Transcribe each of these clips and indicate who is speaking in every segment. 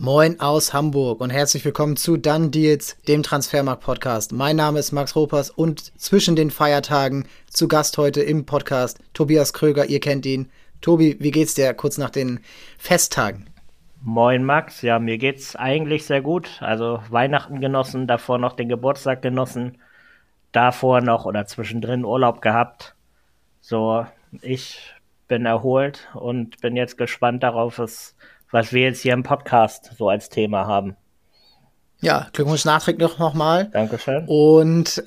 Speaker 1: Moin aus Hamburg und herzlich willkommen zu Done Deals, dem Transfermarkt-Podcast. Mein Name ist Max Ropers und zwischen den Feiertagen zu Gast heute im Podcast Tobias Kröger, ihr kennt ihn. Tobi, wie geht's dir kurz nach den Festtagen?
Speaker 2: Moin Max, ja, mir geht's eigentlich sehr gut. Also Weihnachten genossen, davor noch den Geburtstag genossen, davor noch oder zwischendrin Urlaub gehabt. So, ich bin erholt und bin jetzt gespannt darauf, was wir jetzt hier im Podcast so als Thema haben.
Speaker 1: Ja, Glückwunsch nachträglich nochmal.
Speaker 2: Dankeschön.
Speaker 1: Und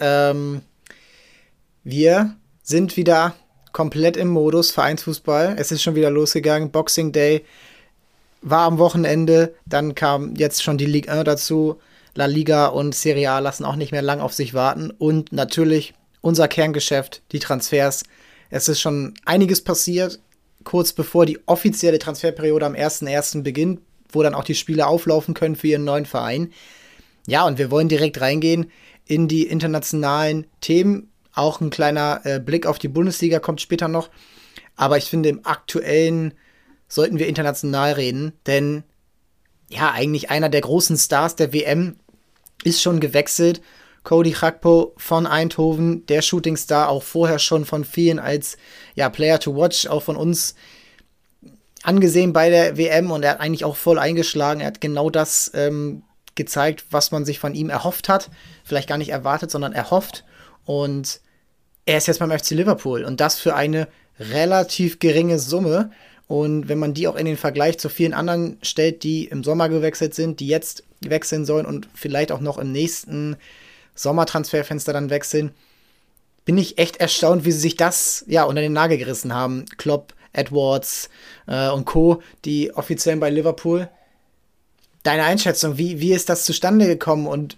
Speaker 1: wir sind wieder komplett im Modus Vereinsfußball. Es ist schon wieder losgegangen. Boxing Day war am Wochenende. Dann kam jetzt schon die Ligue 1 dazu. La Liga und Serie A lassen auch nicht mehr lang auf sich warten. Und natürlich unser Kerngeschäft, die Transfers. Es ist schon einiges passiert, kurz bevor die offizielle Transferperiode am 1.1. beginnt, wo dann auch die Spieler auflaufen können für ihren neuen Verein. Ja, und wir wollen direkt reingehen in die internationalen Themen. Auch ein kleiner Blick auf die Bundesliga kommt später noch. Aber ich finde, im Aktuellen sollten wir international reden. Denn ja, eigentlich einer der großen Stars der WM ist schon gewechselt. Cody Gakpo von Eindhoven, der Shootingstar, auch vorher schon von vielen als Player to watch, auch von uns angesehen bei der WM. Und er hat eigentlich auch voll eingeschlagen. Er hat genau das gezeigt, was man sich von ihm erhofft hat. Vielleicht gar nicht erwartet, sondern erhofft. Und er ist jetzt beim FC Liverpool. Und das für eine relativ geringe Summe. Und wenn man die auch in den Vergleich zu vielen anderen stellt, die im Sommer gewechselt sind, die jetzt wechseln sollen und vielleicht auch noch im nächsten Sommertransferfenster dann wechseln, bin ich echt erstaunt, wie sie sich das unter den Nagel gerissen haben. Klopp, Edwards und Co., die Offiziellen bei Liverpool. Deine Einschätzung, wie ist das zustande gekommen und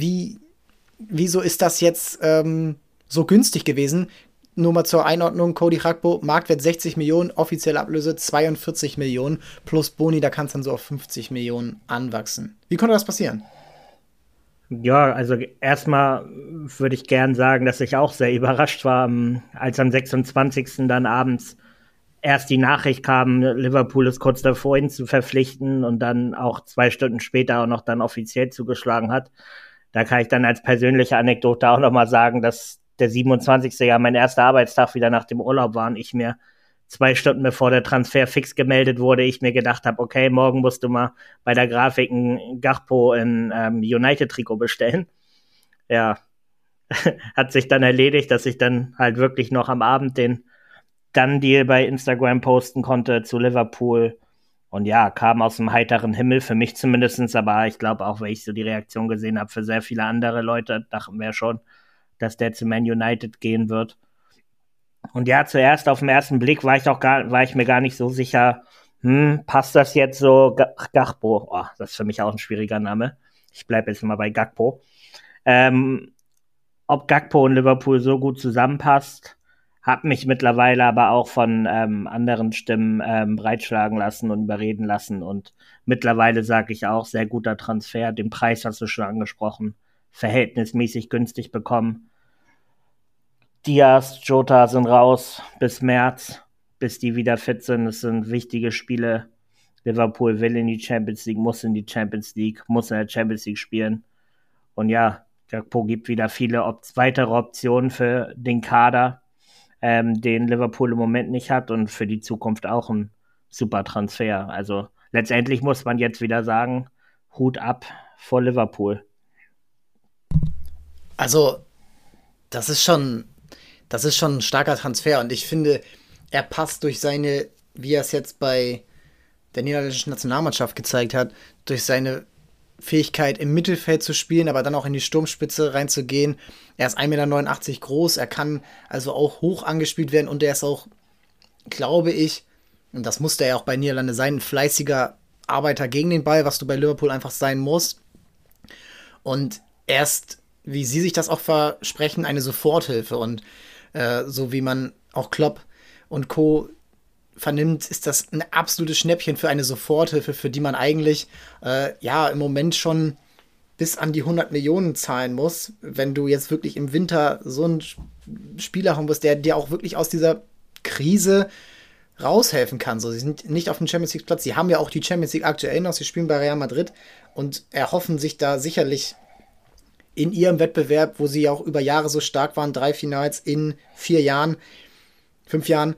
Speaker 1: wieso ist das jetzt so günstig gewesen? Nur mal zur Einordnung, Cody Gakpo, Marktwert 60 Millionen, offizielle Ablöse 42 Millionen, plus Boni, da kann es dann so auf 50 Millionen anwachsen. Wie konnte das passieren?
Speaker 2: Ja, also erstmal würde ich gern sagen, dass ich auch sehr überrascht war, als am 26. dann abends erst die Nachricht kam, Liverpool ist kurz davor, ihn zu verpflichten und dann auch 2 Stunden später auch noch dann offiziell zugeschlagen hat. Da kann ich dann als persönliche Anekdote auch nochmal sagen, dass der 27. ja mein erster Arbeitstag wieder nach dem Urlaub war und ich mir 2 Stunden bevor der Transfer fix gemeldet wurde, ich mir gedacht habe, okay, morgen musst du mal bei der Grafik ein Gakpo in United-Trikot bestellen. Ja, hat sich dann erledigt, dass ich dann halt wirklich noch am Abend den Done-Deal bei Instagram posten konnte zu Liverpool. Und ja, kam aus dem heiteren Himmel, für mich zumindest, aber ich glaube auch, weil ich so die Reaktion gesehen habe, für sehr viele andere Leute dachten wir schon, dass der zu Man United gehen wird. Und ja, zuerst auf den ersten Blick war ich mir gar nicht so sicher, passt das jetzt so? Gakpo, das ist für mich auch ein schwieriger Name. Ich bleibe jetzt mal bei Gakpo. Ob Gakpo und Liverpool so gut zusammenpasst, hat mich mittlerweile aber auch von anderen Stimmen breitschlagen lassen und überreden lassen. Und mittlerweile sage ich auch, sehr guter Transfer. Den Preis hast du schon angesprochen. Verhältnismäßig günstig bekommen. Diaz, Jota sind raus bis März, bis die wieder fit sind. Es sind wichtige Spiele. Liverpool will in die Champions League, muss in die Champions League, muss in der Champions League spielen. Und ja, Gakpo gibt wieder viele weitere Optionen für den Kader, den Liverpool im Moment nicht hat und für die Zukunft auch ein super Transfer. Also letztendlich muss man jetzt wieder sagen, Hut ab vor Liverpool.
Speaker 1: Also, das ist schon ein starker Transfer und ich finde, er passt durch seine, wie er es jetzt bei der niederländischen Nationalmannschaft gezeigt hat, durch seine Fähigkeit im Mittelfeld zu spielen, aber dann auch in die Sturmspitze reinzugehen. Er ist 1,89 Meter groß, er kann also auch hoch angespielt werden und er ist auch, glaube ich, und das musste er auch bei Niederlande sein, ein fleißiger Arbeiter gegen den Ball, was du bei Liverpool einfach sein musst. Und erst, wie sie sich das auch versprechen, eine Soforthilfe und so wie man auch Klopp und Co. vernimmt, ist das ein absolutes Schnäppchen für eine Soforthilfe, für die man eigentlich im Moment schon bis an die 100 Millionen zahlen muss, wenn du jetzt wirklich im Winter so einen Spieler haben wirst, der dir auch wirklich aus dieser Krise raushelfen kann. So, sie sind nicht auf dem Champions League Platz. Sie haben ja auch die Champions League aktuell noch. Sie spielen bei Real Madrid und erhoffen sich da sicherlich in ihrem Wettbewerb, wo sie ja auch über Jahre so stark waren, 3 Finals in 4 Jahren, 5 Jahren,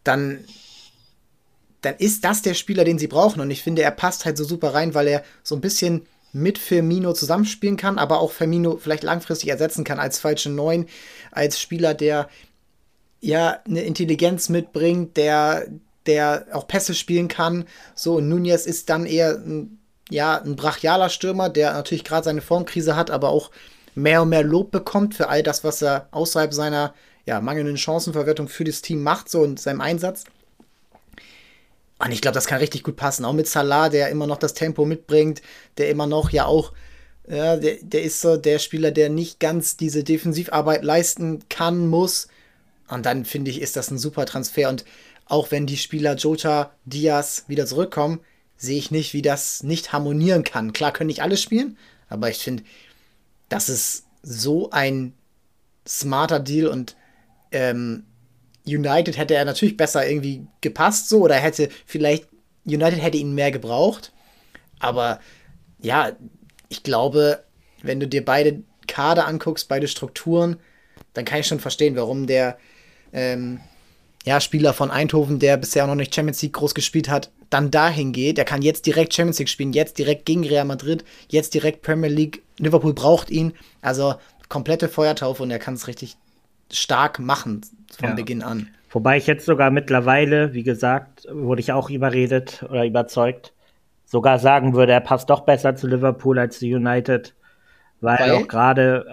Speaker 1: dann ist das der Spieler, den sie brauchen. Und ich finde, er passt halt so super rein, weil er so ein bisschen mit Firmino zusammenspielen kann, aber auch Firmino vielleicht langfristig ersetzen kann als falsche Neun, als Spieler, der ja eine Intelligenz mitbringt, der auch Pässe spielen kann. So, und Nunez ist dann eher ein brachialer Stürmer, der natürlich gerade seine Formkrise hat, aber auch mehr und mehr Lob bekommt für all das, was er außerhalb seiner mangelnden Chancenverwertung für das Team macht, so in seinem Einsatz. Und ich glaube, das kann richtig gut passen. Auch mit Salah, der immer noch das Tempo mitbringt, der immer noch der ist so der Spieler, der nicht ganz diese Defensivarbeit leisten kann, muss. Und dann finde ich, ist das ein super Transfer. Und auch wenn die Spieler Jota, Diaz wieder zurückkommen, sehe ich nicht, wie das nicht harmonieren kann. Klar können nicht alle spielen, aber ich finde, das ist so ein smarter Deal und United hätte er natürlich besser irgendwie gepasst so oder United hätte ihn mehr gebraucht. Aber ja, ich glaube, wenn du dir beide Kader anguckst, beide Strukturen, dann kann ich schon verstehen, warum der Spieler von Eindhoven, der bisher noch nicht Champions League groß gespielt hat, dann dahin geht. Der kann jetzt direkt Champions League spielen, jetzt direkt gegen Real Madrid, jetzt direkt Premier League. Liverpool braucht ihn. Also komplette Feuertaufe und er kann es richtig stark machen von Beginn an.
Speaker 2: Wobei ich jetzt sogar mittlerweile, wie gesagt, wurde ich auch überredet oder überzeugt, sogar sagen würde, er passt doch besser zu Liverpool als zu United, weil auch gerade,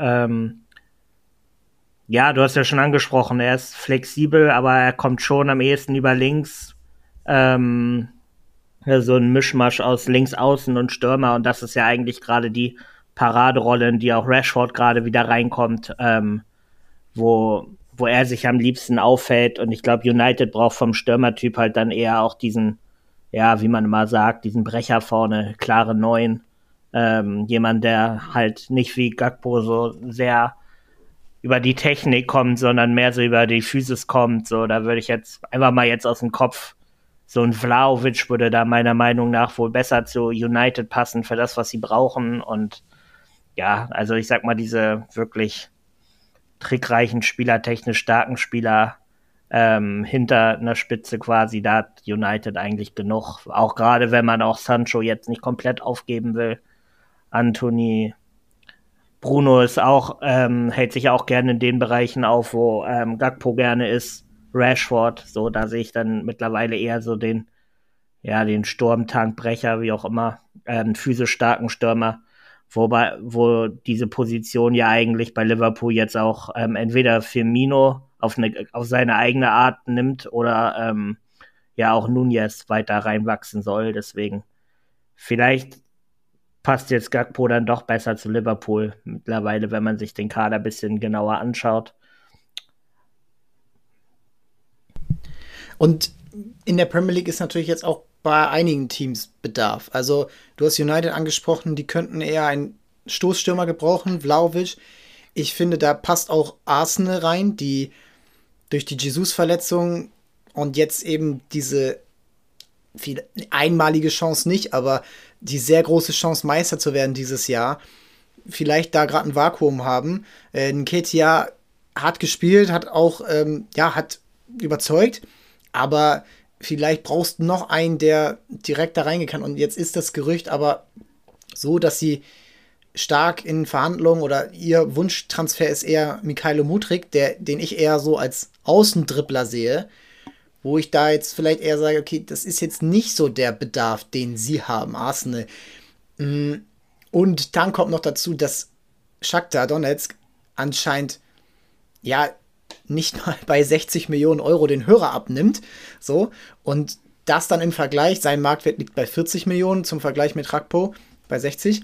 Speaker 2: du hast ja schon angesprochen, er ist flexibel, aber er kommt schon am ehesten über links, so ein Mischmasch aus links außen und Stürmer und das ist ja eigentlich gerade die Paraderolle, in die auch Rashford gerade wieder reinkommt, wo er sich am liebsten auffällt. Und ich glaube, United braucht vom Stürmertyp halt dann eher auch diesen, wie man immer sagt, diesen Brecher vorne, klare Neun. Jemand, der halt nicht wie Gakpo so sehr über die Technik kommt, sondern mehr so über die Physis kommt. So, da würde ich jetzt einfach mal jetzt aus dem Kopf, so ein Vlahovic würde da meiner Meinung nach wohl besser zu United passen für das, was sie brauchen. Und also ich sag mal, diese wirklich trickreichen Spieler, technisch starken Spieler hinter einer Spitze quasi, da hat United eigentlich genug. Auch gerade, wenn man auch Sancho jetzt nicht komplett aufgeben will. Anthony, Bruno ist auch, hält sich auch gerne in den Bereichen auf, wo Gakpo gerne ist. Rashford, so, da sehe ich dann mittlerweile eher so den Sturmtankbrecher, wie auch immer, physisch starken Stürmer. Wo diese Position ja eigentlich bei Liverpool jetzt auch entweder Firmino auf seine eigene Art nimmt oder auch Nunez weiter reinwachsen soll. Deswegen vielleicht passt jetzt Gakpo dann doch besser zu Liverpool mittlerweile, wenn man sich den Kader ein bisschen genauer anschaut.
Speaker 1: Und in der Premier League ist natürlich jetzt auch bei einigen Teams Bedarf. Also du hast United angesprochen, die könnten eher einen Stoßstürmer gebrauchen, Vlahovic. Ich finde, da passt auch Arsenal rein, die durch die Jesus-Verletzung und jetzt eben diese einmalige Chance nicht, aber die sehr große Chance, Meister zu werden dieses Jahr, vielleicht da gerade ein Vakuum haben. Nketiah hat gespielt, hat auch hat überzeugt, aber vielleicht brauchst du noch einen, der direkt da reingehen kann. Und jetzt ist das Gerücht aber so, dass sie stark in Verhandlungen oder ihr Wunschtransfer ist eher Mykhailo Mudryk, den ich eher so als Außendribbler sehe, wo ich da jetzt vielleicht eher sage, okay, das ist jetzt nicht so der Bedarf, den sie haben, Arsenal. Und dann kommt noch dazu, dass Shakhtar Donetsk anscheinend nicht mal bei 60 Millionen Euro den Hörer abnimmt. So. Und das dann im Vergleich, sein Marktwert liegt bei 40 Millionen, zum Vergleich mit Rakpo bei 60.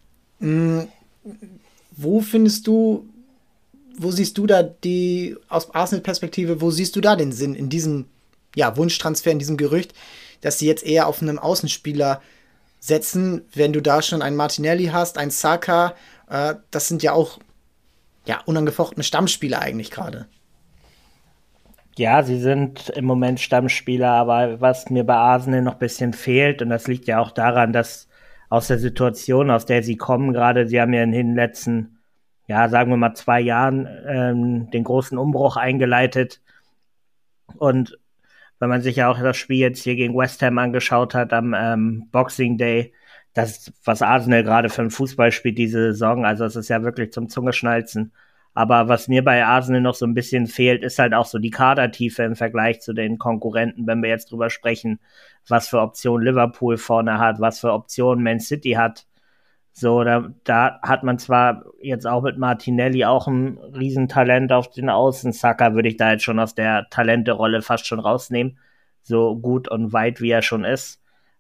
Speaker 1: Wo siehst du da aus Arsenal-Perspektive, wo siehst du da den Sinn in diesem Wunschtransfer, in diesem Gerücht, dass sie jetzt eher auf einen Außenspieler setzen, wenn du da schon einen Martinelli hast, einen Saka, das sind ja auch unangefochtene Stammspieler eigentlich gerade.
Speaker 2: Ja, sie sind im Moment Stammspieler, aber was mir bei Arsenal noch ein bisschen fehlt, und das liegt ja auch daran, dass aus der Situation, aus der sie kommen, gerade sie haben ja in den letzten, ja, sagen wir mal 2 Jahren den großen Umbruch eingeleitet. Und wenn man sich ja auch das Spiel jetzt hier gegen West Ham angeschaut hat am Boxing Day, das, was Arsenal gerade für ein Fußball spielt diese Saison, also es ist ja wirklich zum Zungeschnalzen. Aber was mir bei Arsenal noch so ein bisschen fehlt, ist halt auch so die Kadertiefe im Vergleich zu den Konkurrenten, wenn wir jetzt drüber sprechen, was für Optionen Liverpool vorne hat, was für Optionen Man City hat. So, da hat man zwar jetzt auch mit Martinelli auch ein Riesentalent auf den Außen. Saka würde ich da jetzt schon aus der Talente-Rolle fast schon rausnehmen. So gut und weit, wie er schon ist.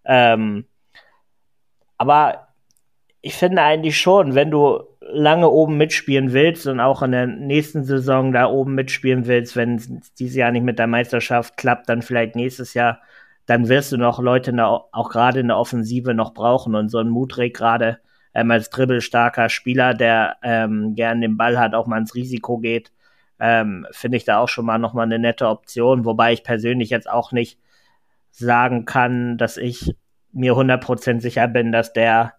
Speaker 2: Aber ich finde eigentlich schon, wenn du lange oben mitspielen willst und auch in der nächsten Saison da oben mitspielen willst, wenn es dieses Jahr nicht mit der Meisterschaft klappt, dann vielleicht nächstes Jahr, dann wirst du noch Leute auch gerade in der Offensive noch brauchen. Und so ein Mudryk gerade als dribbelstarker Spieler, der gern den Ball hat, auch mal ins Risiko geht, finde ich da auch schon mal nochmal eine nette Option. Wobei ich persönlich jetzt auch nicht sagen kann, dass ich mir 100% sicher bin, dass der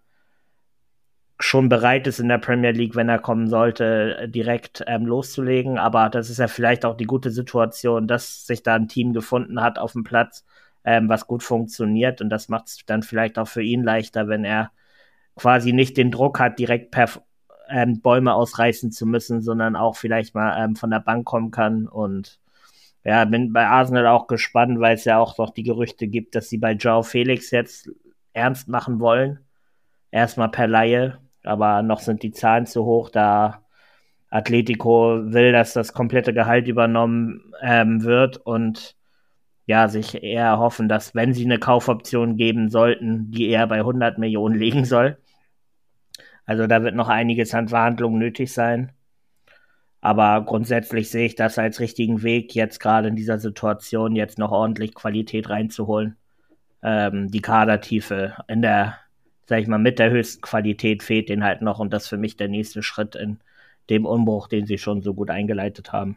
Speaker 2: schon bereit ist in der Premier League, wenn er kommen sollte, direkt loszulegen. Aber das ist ja vielleicht auch die gute Situation, dass sich da ein Team gefunden hat auf dem Platz, was gut funktioniert. Und das macht es dann vielleicht auch für ihn leichter, wenn er quasi nicht den Druck hat, direkt Bäume ausreißen zu müssen, sondern auch vielleicht mal von der Bank kommen kann. Und ja, bin bei Arsenal auch gespannt, weil es ja auch noch die Gerüchte gibt, dass sie bei João Felix jetzt ernst machen wollen. Erstmal per Laie, aber noch sind die Zahlen zu hoch, da Atletico will, dass das komplette Gehalt übernommen wird und ja, sich eher hoffen, dass, wenn sie eine Kaufoption geben sollten, die eher bei 100 Millionen liegen soll. Also da wird noch einiges an Verhandlungen nötig sein. Aber grundsätzlich sehe ich das als richtigen Weg, jetzt gerade in dieser Situation jetzt noch ordentlich Qualität reinzuholen. Die Kadertiefe in der, sag ich mal, mit der höchsten Qualität fehlt denen halt noch, und das ist für mich der nächste Schritt in dem Umbruch, den sie schon so gut eingeleitet haben.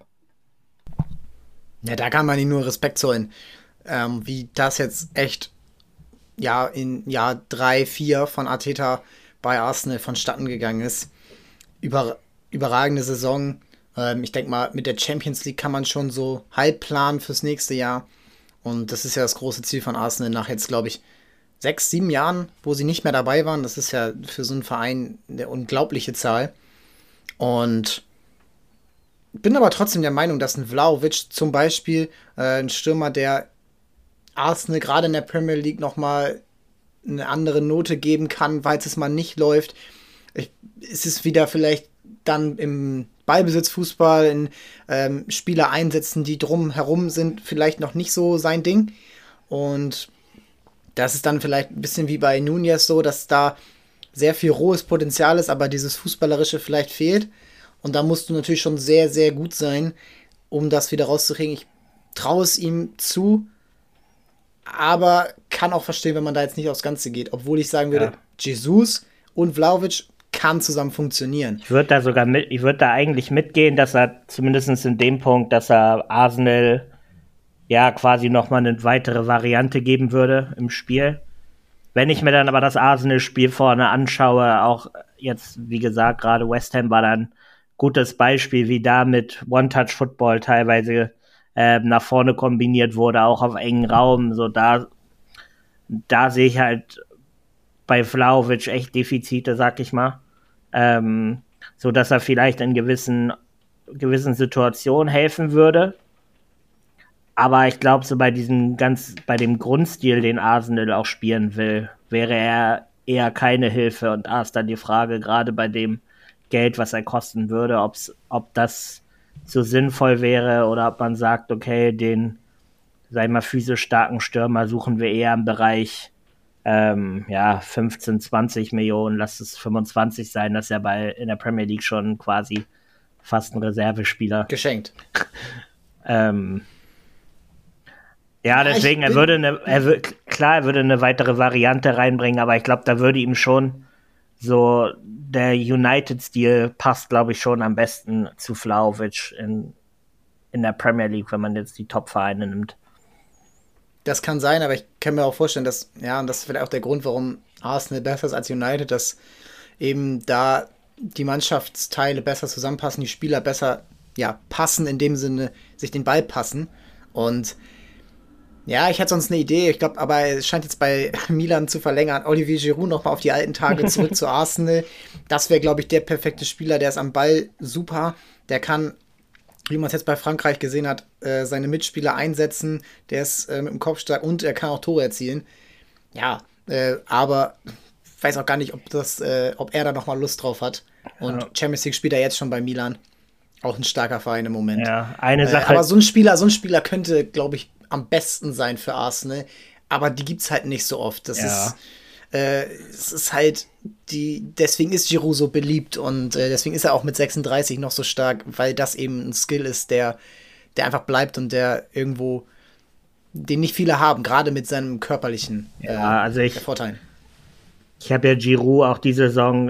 Speaker 1: Ja, da kann man ihnen nur Respekt zollen, wie das jetzt echt ja in Jahr 3, 4 von Arteta bei Arsenal vonstatten gegangen ist. Überragende Saison. Ich denke mal, mit der Champions League kann man schon so halb planen fürs nächste Jahr. Und das ist ja das große Ziel von Arsenal nach jetzt, glaube ich, 6, 7 Jahren, wo sie nicht mehr dabei waren. Das ist ja für so einen Verein eine unglaubliche Zahl. Und bin aber trotzdem der Meinung, dass ein Vlahovic zum Beispiel, ein Stürmer, der Arsenal gerade in der Premier League nochmal eine andere Note geben kann, falls es mal nicht läuft. Es ist wieder vielleicht dann im Ballbesitzfußball, in Spieler einsetzen, die drumherum sind, vielleicht noch nicht so sein Ding. Und das ist dann vielleicht ein bisschen wie bei Nunez so, dass da sehr viel rohes Potenzial ist, aber dieses Fußballerische vielleicht fehlt. Und da musst du natürlich schon sehr, sehr gut sein, um das wieder rauszukriegen. Ich traue es ihm zu, aber kann auch verstehen, wenn man da jetzt nicht aufs Ganze geht. Obwohl ich sagen würde, ja, Jesus und Vlahovic kann zusammen funktionieren.
Speaker 2: Ich würde da eigentlich mitgehen, dass er zumindest in dem Punkt, dass er Arsenal ja quasi nochmal eine weitere Variante geben würde im Spiel. Wenn ich mir dann aber das Arsenal-Spiel vorne anschaue, auch jetzt, wie gesagt, gerade West Ham war dann gutes Beispiel, wie da mit One-Touch-Football teilweise nach vorne kombiniert wurde, auch auf engen Raum. So da sehe ich halt bei Vlahovic echt Defizite, sag ich mal. So dass er vielleicht in gewissen Situationen helfen würde. Aber ich glaube, so bei dem Grundstil, den Arsenal auch spielen will, wäre er eher keine Hilfe. Und da ist dann die Frage, gerade bei dem Geld, was er kosten würde, ob das so sinnvoll wäre oder ob man sagt, okay, den, sag ich mal, physisch starken Stürmer suchen wir eher im Bereich 15, 20 Millionen, lass es 25 sein, das ist ja in der Premier League schon quasi fast ein Reservespieler.
Speaker 1: Geschenkt.
Speaker 2: Ja, deswegen, er würde eine weitere Variante reinbringen, aber ich glaube, da würde ihm schon so der United-Stil passt, glaube ich, schon am besten zu Vlahovic in der Premier League, wenn man jetzt die Top-Vereine nimmt.
Speaker 1: Das kann sein, aber ich kann mir auch vorstellen, dass, ja, und das ist vielleicht auch der Grund, warum Arsenal besser ist als United, dass eben da die Mannschaftsteile besser zusammenpassen, die Spieler besser, ja, passen, in dem Sinne, sich den Ball passen. Und ja, ich hatte sonst eine Idee, ich glaube, aber es scheint jetzt bei Milan zu verlängern. Olivier Giroud nochmal auf die alten Tage zurück zu Arsenal. Das wäre, glaube ich, der perfekte Spieler, der ist am Ball super, der kann, wie man es jetzt bei Frankreich gesehen hat, seine Mitspieler einsetzen, der ist mit dem Kopf stark und er kann auch Tore erzielen. Ja, aber ich weiß auch gar nicht, ob er da nochmal Lust drauf hat. Und ja. Champions League spielt er jetzt schon bei Milan. Auch ein starker Verein im Moment.
Speaker 2: Ja, eine Sache.
Speaker 1: Aber so ein Spieler könnte, glaube ich, am besten sein für Arsenal. Aber die gibt's halt nicht so oft. Das ist, es ist halt deswegen ist Giroud so beliebt und deswegen ist er auch mit 36 noch so stark, weil das eben ein Skill ist, der einfach bleibt und der irgendwo, den nicht viele haben, gerade mit seinem körperlichen Vorteilen.
Speaker 2: Ich habe ja Giroud auch diese Saison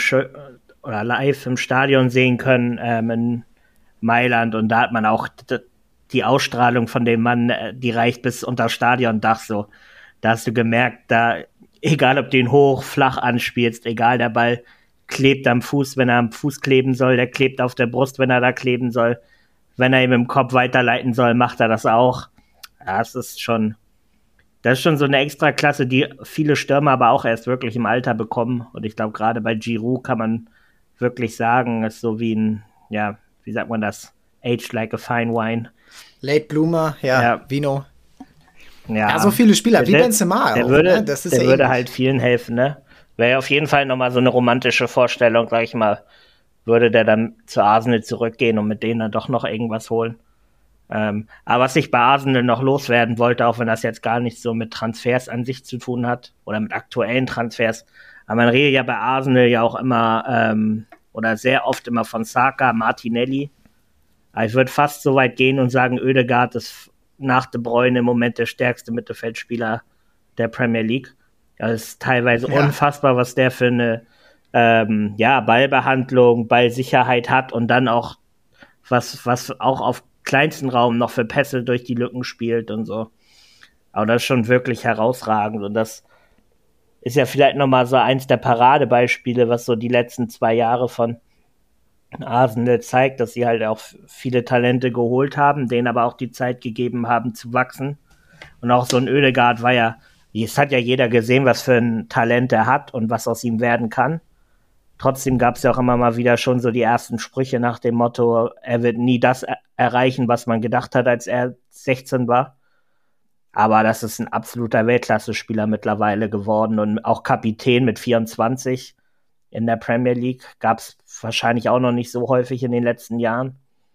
Speaker 2: oder live im Stadion sehen können in Mailand und da hat man auch die Ausstrahlung von dem Mann, die reicht bis unter das Stadiondach so. Da hast du gemerkt, da egal ob du ihn hoch, flach anspielst, egal, der Ball klebt am Fuß, wenn er am Fuß kleben soll, der klebt auf der Brust, wenn er da kleben soll. Wenn er ihm im Kopf weiterleiten soll, macht er das auch. Ja, das ist schon so eine Extraklasse, die viele Stürmer aber auch erst wirklich im Alter bekommen. Und ich glaube, gerade bei Giroud kann man wirklich sagen, ist so wie ein, ja, wie sagt man das? Aged like a fine wine.
Speaker 1: Late Bloomer, ja. Vino. Ja, so viele Spieler, wie Benzema
Speaker 2: auch. Der würde halt vielen helfen, ne? Wäre auf jeden Fall nochmal so eine romantische Vorstellung, sag ich mal, würde der dann zu Arsenal zurückgehen und mit denen dann doch noch irgendwas holen. Aber was ich bei Arsenal noch loswerden wollte, auch wenn das jetzt gar nicht so mit Transfers an sich zu tun hat oder mit aktuellen Transfers, aber man redet ja bei Arsenal ja auch immer oder sehr oft immer von Saka, Martinelli. Aber ich würde fast so weit gehen und sagen, Ødegaard ist nach De Bruyne im Moment der stärkste Mittelfeldspieler der Premier League. Das ist teilweise unfassbar, was der für eine Ballbehandlung, Ballsicherheit hat und dann auch was auch auf kleinsten Raum noch für Pässe durch die Lücken spielt und so. Aber das ist schon wirklich herausragend und das ist ja vielleicht nochmal so eins der Paradebeispiele, was so die letzten 2 Jahre von Arsenal zeigt, dass sie halt auch viele Talente geholt haben, denen aber auch die Zeit gegeben haben zu wachsen. Und auch so ein Ødegaard war ja, es hat ja jeder gesehen, was für ein Talent er hat und was aus ihm werden kann. Trotzdem gab es ja auch immer mal wieder schon so die ersten Sprüche nach dem Motto, er wird nie das erreichen, was man gedacht hat, als er 16 war. Aber das ist ein absoluter Weltklasse-Spieler mittlerweile geworden und auch Kapitän mit 24 in der Premier League. Gab es wahrscheinlich auch noch nicht so häufig in den letzten Jahren.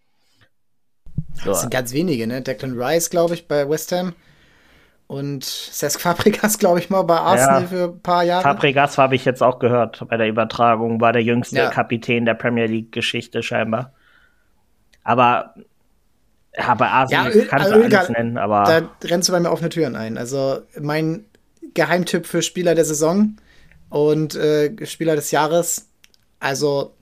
Speaker 1: So. Das sind ganz wenige, ne? Declan Rice, glaube ich, bei West Ham. Und Cesc Fabregas, glaube ich mal, bei Arsenal für ein paar Jahre.
Speaker 2: Fabregas habe ich jetzt auch gehört bei der Übertragung, war der jüngste Kapitän der Premier League-Geschichte scheinbar. Aber bei Arsenal kannst du alles nennen. Aber
Speaker 1: da rennst du bei mir offene Türen ein. Also mein Geheimtipp für Spieler der Saison und Spieler des Jahres, also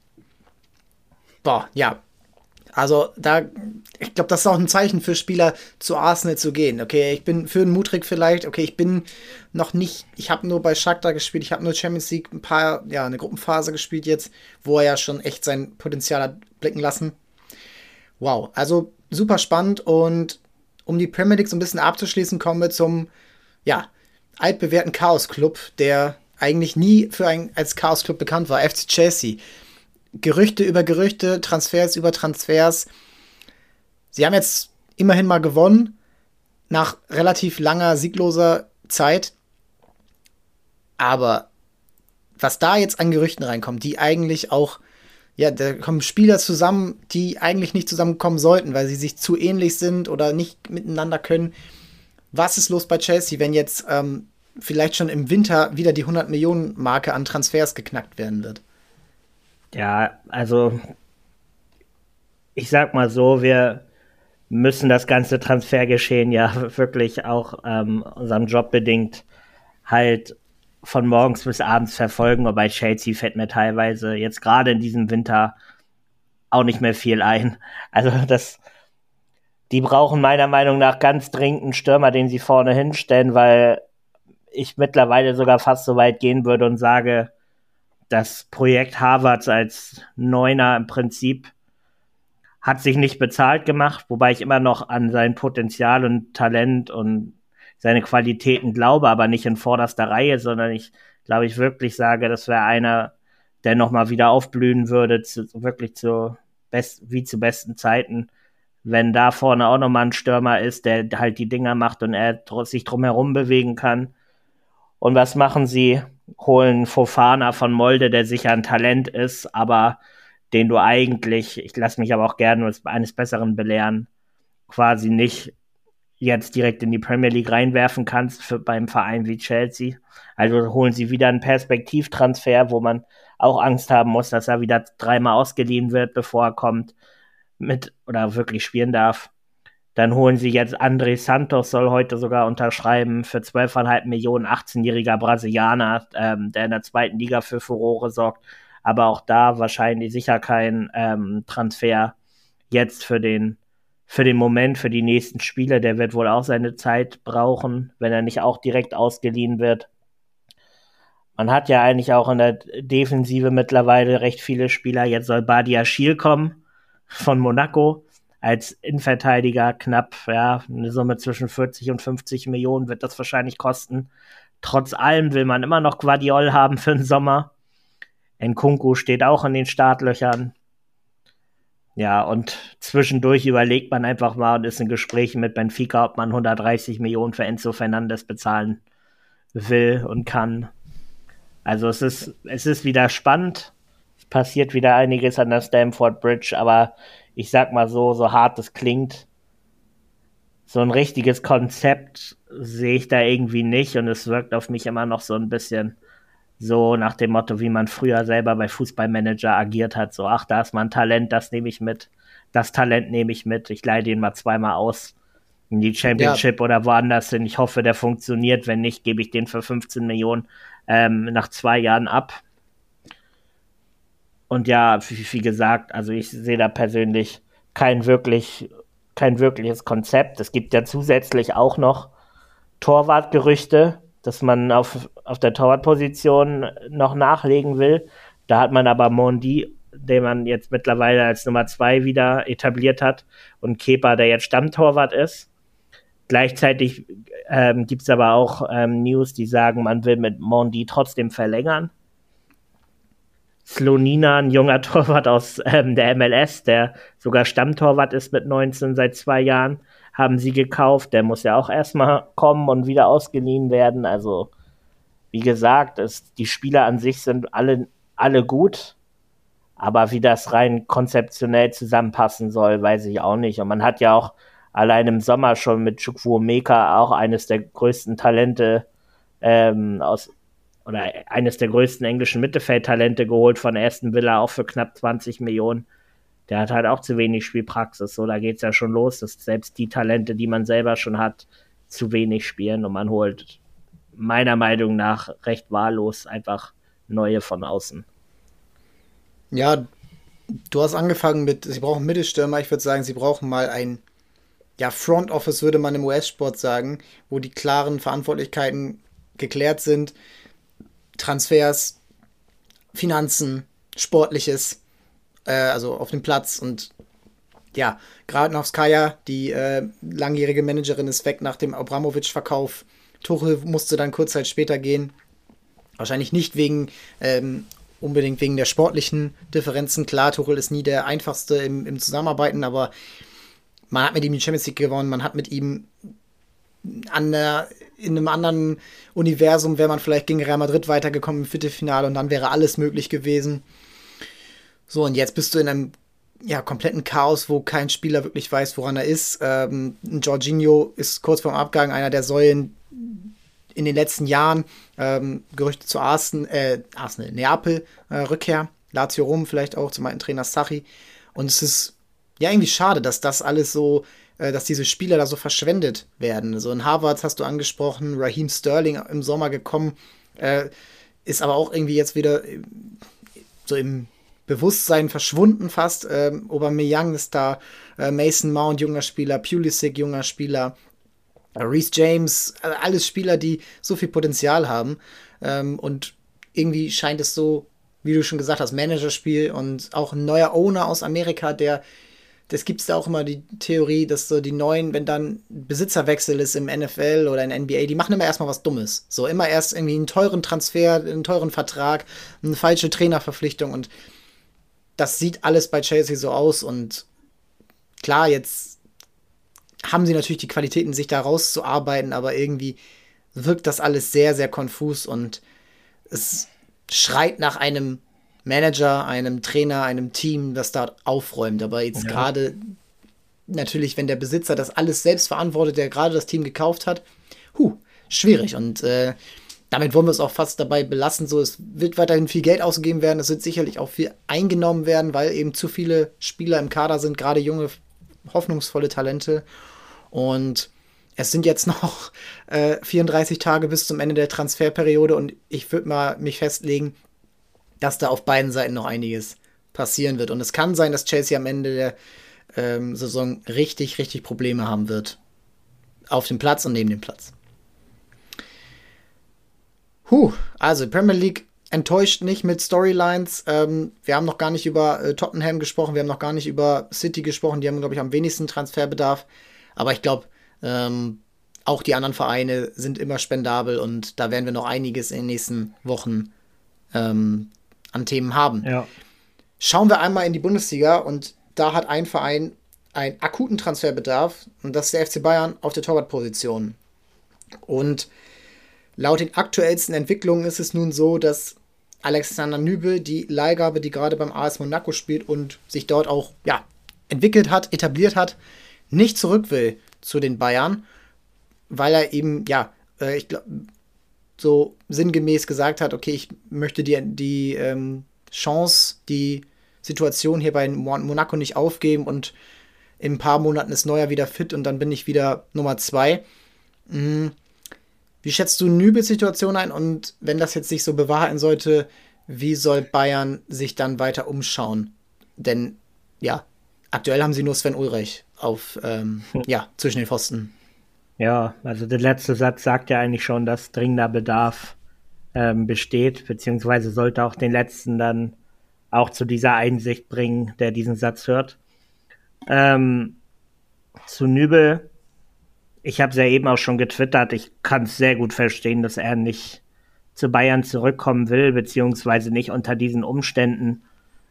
Speaker 1: also da, ich glaube, das ist auch ein Zeichen für Spieler, zu Arsenal zu gehen. Okay, ich bin für einen Mudryk vielleicht, okay, ich bin noch nicht, ich habe nur bei Shakhtar gespielt, ich habe nur Champions League eine Gruppenphase gespielt jetzt, wo er ja schon echt sein Potenzial hat blicken lassen. Wow, also super spannend und um die Premier League so ein bisschen abzuschließen, kommen wir zum, altbewährten Chaos-Club, der eigentlich nie als Chaos-Club bekannt war, FC Chelsea. Gerüchte über Gerüchte, Transfers über Transfers. Sie haben jetzt immerhin mal gewonnen, nach relativ langer, siegloser Zeit. Aber was da jetzt an Gerüchten reinkommt, die eigentlich auch, da kommen Spieler zusammen, die eigentlich nicht zusammenkommen sollten, weil sie sich zu ähnlich sind oder nicht miteinander können. Was ist los bei Chelsea, wenn jetzt vielleicht schon im Winter wieder die 100-Millionen-Marke an Transfers geknackt werden wird?
Speaker 2: Ja, also ich sag mal so, wir müssen das ganze Transfergeschehen ja wirklich auch unserem Job bedingt halt von morgens bis abends verfolgen. Und bei Chelsea fällt mir teilweise jetzt gerade in diesem Winter auch nicht mehr viel ein. Also das die brauchen meiner Meinung nach ganz dringend einen Stürmer, den sie vorne hinstellen, weil ich mittlerweile sogar fast so weit gehen würde und sage, das Projekt Havertz als Neuner im Prinzip hat sich nicht bezahlt gemacht, wobei ich immer noch an sein Potenzial und Talent und seine Qualitäten glaube, aber nicht in vorderster Reihe, sondern ich glaube, ich wirklich sage, das wäre einer, der nochmal wieder aufblühen würde, wirklich wie zu besten Zeiten. Wenn da vorne auch nochmal ein Stürmer ist, der halt die Dinger macht und er sich drumherum bewegen kann. Und was machen sie? Holen Fofana von Molde, der sicher ein Talent ist, aber den du eigentlich, ich lasse mich aber auch gerne eines Besseren belehren, quasi nicht jetzt direkt in die Premier League reinwerfen kannst beim Verein wie Chelsea. Also holen sie wieder einen Perspektivtransfer, wo man auch Angst haben muss, dass er wieder 3-mal ausgeliehen wird, bevor er kommt oder wirklich spielen darf. Dann holen sie jetzt André Santos, soll heute sogar unterschreiben für 12,5 Millionen, 18-jähriger Brasilianer, der in der zweiten Liga für Furore sorgt. Aber auch da wahrscheinlich sicher kein Transfer jetzt für den Moment, für die nächsten Spiele. Der wird wohl auch seine Zeit brauchen, wenn er nicht auch direkt ausgeliehen wird. Man hat ja eigentlich auch in der Defensive mittlerweile recht viele Spieler. Jetzt soll Badiashile kommen von Monaco als Innenverteidiger, knapp, ja, eine Summe zwischen 40 und 50 Millionen wird das wahrscheinlich kosten. Trotz allem will man immer noch Guardiol haben für den Sommer. Nkunku steht auch in den Startlöchern. Ja, und zwischendurch überlegt man einfach mal und ist in Gesprächen mit Benfica, ob man 130 Millionen für Enzo Fernandes bezahlen will und kann. Also es ist wieder spannend. Es passiert wieder einiges an der Stamford Bridge, aber ich sag mal so hart es klingt, so ein richtiges Konzept sehe ich da irgendwie nicht und es wirkt auf mich immer noch so ein bisschen so nach dem Motto, wie man früher selber bei Fußballmanager agiert hat. So, ach, da ist mal ein Talent, das nehme ich mit. Das Talent nehme ich mit. Ich leihe den mal 2-mal aus in die Championship oder woanders hin. Ich hoffe, der funktioniert. Wenn nicht, gebe ich den für 15 Millionen nach 2 Jahren ab. Und ja, wie gesagt, also ich sehe da persönlich kein wirkliches Konzept. Es gibt ja zusätzlich auch noch Torwartgerüchte, dass man auf der Torwartposition noch nachlegen will. Da hat man aber Mondi, den man jetzt mittlerweile als Nummer 2 wieder etabliert hat, und Kepa, der jetzt Stammtorwart ist. Gleichzeitig gibt es aber auch News, die sagen, man will mit Mondi trotzdem verlängern. Slonina, ein junger Torwart aus der MLS, der sogar Stammtorwart ist mit 19 seit 2 Jahren, haben sie gekauft. Der muss ja auch erstmal kommen und wieder ausgeliehen werden. Also, wie gesagt, die Spieler an sich sind alle gut. Aber wie das rein konzeptionell zusammenpassen soll, weiß ich auch nicht. Und man hat ja auch allein im Sommer schon mit Chukwuemeka auch eines der größten Talente oder eines der größten englischen Mittelfeldtalente geholt von Aston Villa, auch für knapp 20 Millionen. Der hat halt auch zu wenig Spielpraxis. So, da geht's ja schon los, dass selbst die Talente, die man selber schon hat, zu wenig spielen und man holt meiner Meinung nach recht wahllos einfach neue von außen.
Speaker 1: Ja, du hast angefangen mit, sie brauchen Mittelstürmer. Ich würde sagen, sie brauchen mal ein Front Office, würde man im US-Sport sagen, wo die klaren Verantwortlichkeiten geklärt sind. Transfers, Finanzen, Sportliches, also auf dem Platz. Und ja, Granovskaya, die langjährige Managerin, ist weg nach dem Abramovic-Verkauf. Tuchel musste dann kurz Zeit später gehen. Wahrscheinlich nicht unbedingt wegen der sportlichen Differenzen. Klar, Tuchel ist nie der einfachste im Zusammenarbeiten, aber man hat mit ihm die Champions League gewonnen, man hat mit ihm in einem anderen Universum wäre man vielleicht gegen Real Madrid weitergekommen im Viertelfinale und dann wäre alles möglich gewesen. So, und jetzt bist du in einem kompletten Chaos, wo kein Spieler wirklich weiß, woran er ist. Jorginho ist kurz vorm Abgang, einer der Säulen in den letzten Jahren. Gerüchte zu Neapel, Rückkehr, Lazio Rom vielleicht auch, zum alten Trainer Sarri. Und es ist irgendwie schade, dass das alles so, dass diese Spieler da so verschwendet werden. So ein Havertz hast du angesprochen, Raheem Sterling im Sommer gekommen, ist aber auch irgendwie jetzt wieder so im Bewusstsein verschwunden fast. Aubameyang ist da, Mason Mount, junger Spieler, Pulisic, junger Spieler, Reece James, alles Spieler, die so viel Potenzial haben. Und irgendwie scheint es so, wie du schon gesagt hast, Managerspiel und auch ein neuer Owner aus Amerika, das gibt es da auch immer die Theorie, dass so die neuen, wenn dann Besitzerwechsel ist im NFL oder in NBA, die machen immer erstmal was Dummes. So immer erst irgendwie einen teuren Transfer, einen teuren Vertrag, eine falsche Trainerverpflichtung und das sieht alles bei Chelsea so aus und klar, jetzt haben sie natürlich die Qualitäten, sich da rauszuarbeiten, aber irgendwie wirkt das alles sehr, sehr konfus und es schreit nach einem Manager, einem Trainer, einem Team, das da aufräumt. Aber jetzt gerade natürlich, wenn der Besitzer das alles selbst verantwortet, der gerade das Team gekauft hat, schwierig. Und damit wollen wir es auch fast dabei belassen. So, es wird weiterhin viel Geld ausgegeben werden, es wird sicherlich auch viel eingenommen werden, weil eben zu viele Spieler im Kader sind, gerade junge, hoffnungsvolle Talente. Und es sind jetzt noch 34 Tage bis zum Ende der Transferperiode und ich würde mal mich festlegen, dass da auf beiden Seiten noch einiges passieren wird. Und es kann sein, dass Chelsea am Ende der Saison richtig, richtig Probleme haben wird. Auf dem Platz und neben dem Platz. Also Premier League enttäuscht nicht mit Storylines. Wir haben noch gar nicht über Tottenham gesprochen, wir haben noch gar nicht über City gesprochen. Die haben, glaube ich, am wenigsten Transferbedarf. Aber ich glaube, auch die anderen Vereine sind immer spendabel und da werden wir noch einiges in den nächsten Wochen an Themen haben.
Speaker 2: Ja.
Speaker 1: Schauen wir einmal in die Bundesliga und da hat ein Verein einen akuten Transferbedarf und das ist der FC Bayern auf der Torwartposition. Und laut den aktuellsten Entwicklungen ist es nun so, dass Alexander Nübel, die Leihgabe, die gerade beim AS Monaco spielt und sich dort auch entwickelt hat, etabliert hat, nicht zurück will zu den Bayern, weil er eben, ich glaube, so sinngemäß gesagt hat, okay, ich möchte die Chance, die Situation hier bei Monaco nicht aufgeben und in ein paar Monaten ist Neuer wieder fit und dann bin ich wieder Nummer 2. Wie schätzt du Nübels Situation ein und wenn das jetzt sich so bewahrheiten sollte, wie soll Bayern sich dann weiter umschauen? Denn aktuell haben sie nur Sven Ulreich zwischen den Pfosten.
Speaker 2: Ja, also der letzte Satz sagt ja eigentlich schon, dass dringender Bedarf besteht, beziehungsweise sollte auch den Letzten dann auch zu dieser Einsicht bringen, der diesen Satz hört. Zu Nübel, ich habe es ja eben auch schon getwittert, ich kann es sehr gut verstehen, dass er nicht zu Bayern zurückkommen will, beziehungsweise nicht unter diesen Umständen.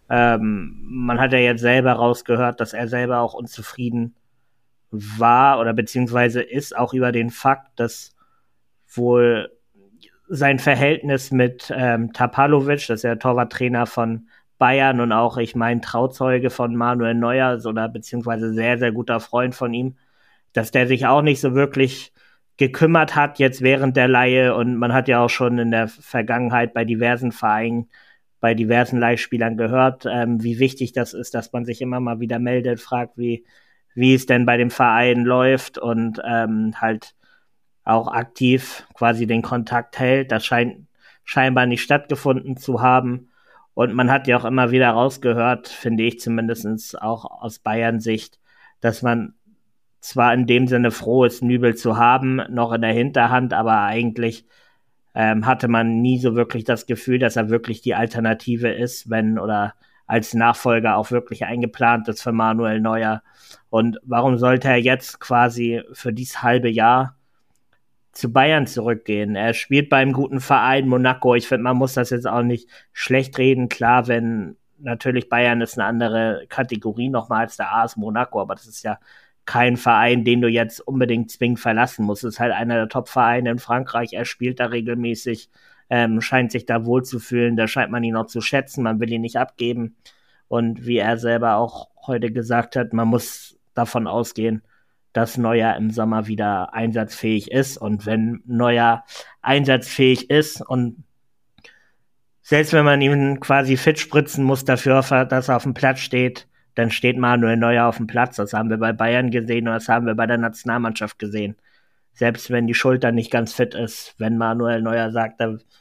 Speaker 2: Man hat ja jetzt selber rausgehört, dass er selber auch unzufrieden war oder beziehungsweise ist auch über den Fakt, dass wohl sein Verhältnis mit Tapalovic, das ist ja Torwarttrainer von Bayern und auch, ich meine, Trauzeuge von Manuel Neuer oder beziehungsweise sehr, sehr guter Freund von ihm, dass der sich auch nicht so wirklich gekümmert hat jetzt während der Leihe und man hat ja auch schon in der Vergangenheit bei diversen Vereinen, bei diversen Leihspielern gehört, wie wichtig das ist, dass man sich immer mal wieder meldet, fragt, wie es denn bei dem Verein läuft und halt auch aktiv quasi den Kontakt hält. Das scheint scheinbar nicht stattgefunden zu haben. Und man hat ja auch immer wieder rausgehört, finde ich zumindest auch aus Bayern-Sicht, dass man zwar in dem Sinne froh ist, Nübel zu haben, noch in der Hinterhand, aber eigentlich hatte man nie so wirklich das Gefühl, dass er wirklich die Alternative ist, wenn oder als Nachfolger auch wirklich eingeplant ist für Manuel Neuer. Und warum sollte er jetzt quasi für dieses halbe Jahr zu Bayern zurückgehen? Er spielt beim guten Verein Monaco. Ich finde, man muss das jetzt auch nicht schlecht reden. Klar, wenn natürlich Bayern ist eine andere Kategorie nochmal als der AS Monaco, aber das ist ja kein Verein, den du jetzt unbedingt zwingend verlassen musst. Es ist halt einer der Top-Vereine in Frankreich. Er spielt da regelmäßig, scheint sich da wohlzufühlen. Da scheint man ihn auch zu schätzen. Man will ihn nicht abgeben. Und wie er selber auch heute gesagt hat, man muss davon ausgehen, dass Neuer im Sommer wieder einsatzfähig ist. Und wenn Neuer einsatzfähig ist und selbst wenn man ihn quasi fit spritzen muss dafür, dass er auf dem Platz steht, dann steht Manuel Neuer auf dem Platz. Das haben wir bei Bayern gesehen und das haben wir bei der Nationalmannschaft gesehen. Selbst wenn die Schulter nicht ganz fit ist, wenn Manuel Neuer sagt,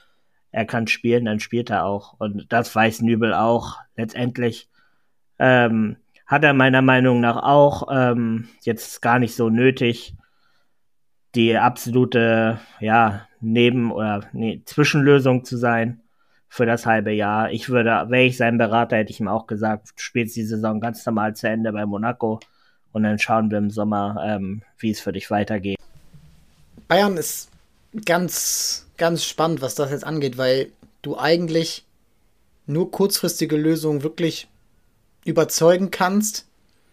Speaker 2: er kann spielen, dann spielt er auch. Und das weiß Nübel auch. Letztendlich hat er meiner Meinung nach auch jetzt gar nicht so nötig, die absolute Zwischenlösung zu sein für das halbe Jahr. Wäre ich sein Berater, hätte ich ihm auch gesagt, spielst die Saison ganz normal zu Ende bei Monaco und dann schauen wir im Sommer, wie es für dich weitergeht.
Speaker 1: Bayern ist ganz, ganz spannend, was das jetzt angeht, weil du eigentlich nur kurzfristige Lösungen wirklich überzeugen kannst,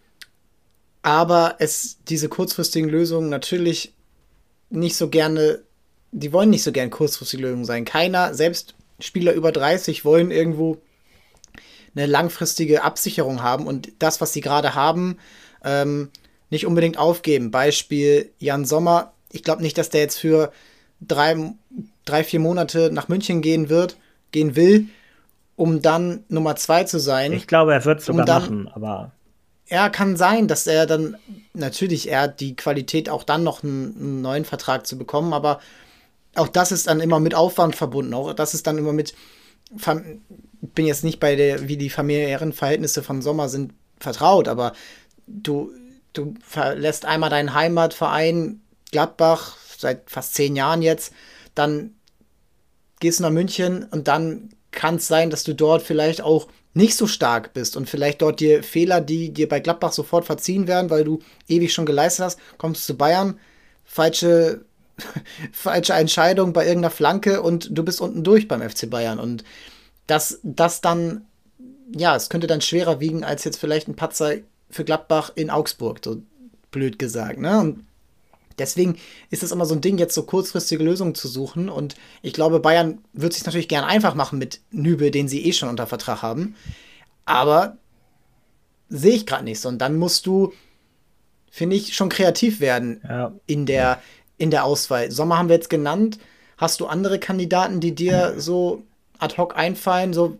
Speaker 1: aber diese kurzfristigen Lösungen natürlich nicht so gerne, die wollen nicht so gern kurzfristige Lösungen sein. Keiner, selbst Spieler über 30 wollen irgendwo eine langfristige Absicherung haben und das, was sie gerade haben, nicht unbedingt aufgeben. Beispiel Jan Sommer. Ich glaube nicht, dass der jetzt für 3-4 Monate nach München gehen will, um dann Nummer 2 zu sein.
Speaker 2: Ich glaube, er wird es sogar machen, aber
Speaker 1: ja, kann sein, dass er dann, natürlich, er hat die Qualität, auch dann noch einen neuen Vertrag zu bekommen, aber auch das ist dann immer mit Aufwand verbunden. Auch das ist dann immer mit, bin jetzt nicht wie die familiären Verhältnisse von Sommer sind, vertraut, aber du verlässt einmal deinen Heimatverein Gladbach, seit fast 10 Jahren jetzt, dann gehst du nach München und dann kann es sein, dass du dort vielleicht auch nicht so stark bist und vielleicht dort dir Fehler, die dir bei Gladbach sofort verziehen werden, weil du ewig schon geleistet hast, kommst zu Bayern, falsche Entscheidung bei irgendeiner Flanke und du bist unten durch beim FC Bayern. Und das dann, ja, es könnte dann schwerer wiegen als jetzt vielleicht ein Patzer für Gladbach in Augsburg, so blöd gesagt, ne? Und deswegen ist es immer so ein Ding, jetzt so kurzfristige Lösungen zu suchen. Und ich glaube, Bayern wird es sich natürlich gern einfach machen mit Nübel, den sie schon unter Vertrag haben. Aber sehe ich gerade nicht so. Und dann musst du, finde ich, schon kreativ werden in der Auswahl. Sommer haben wir jetzt genannt. Hast du andere Kandidaten, die dir so ad hoc einfallen? So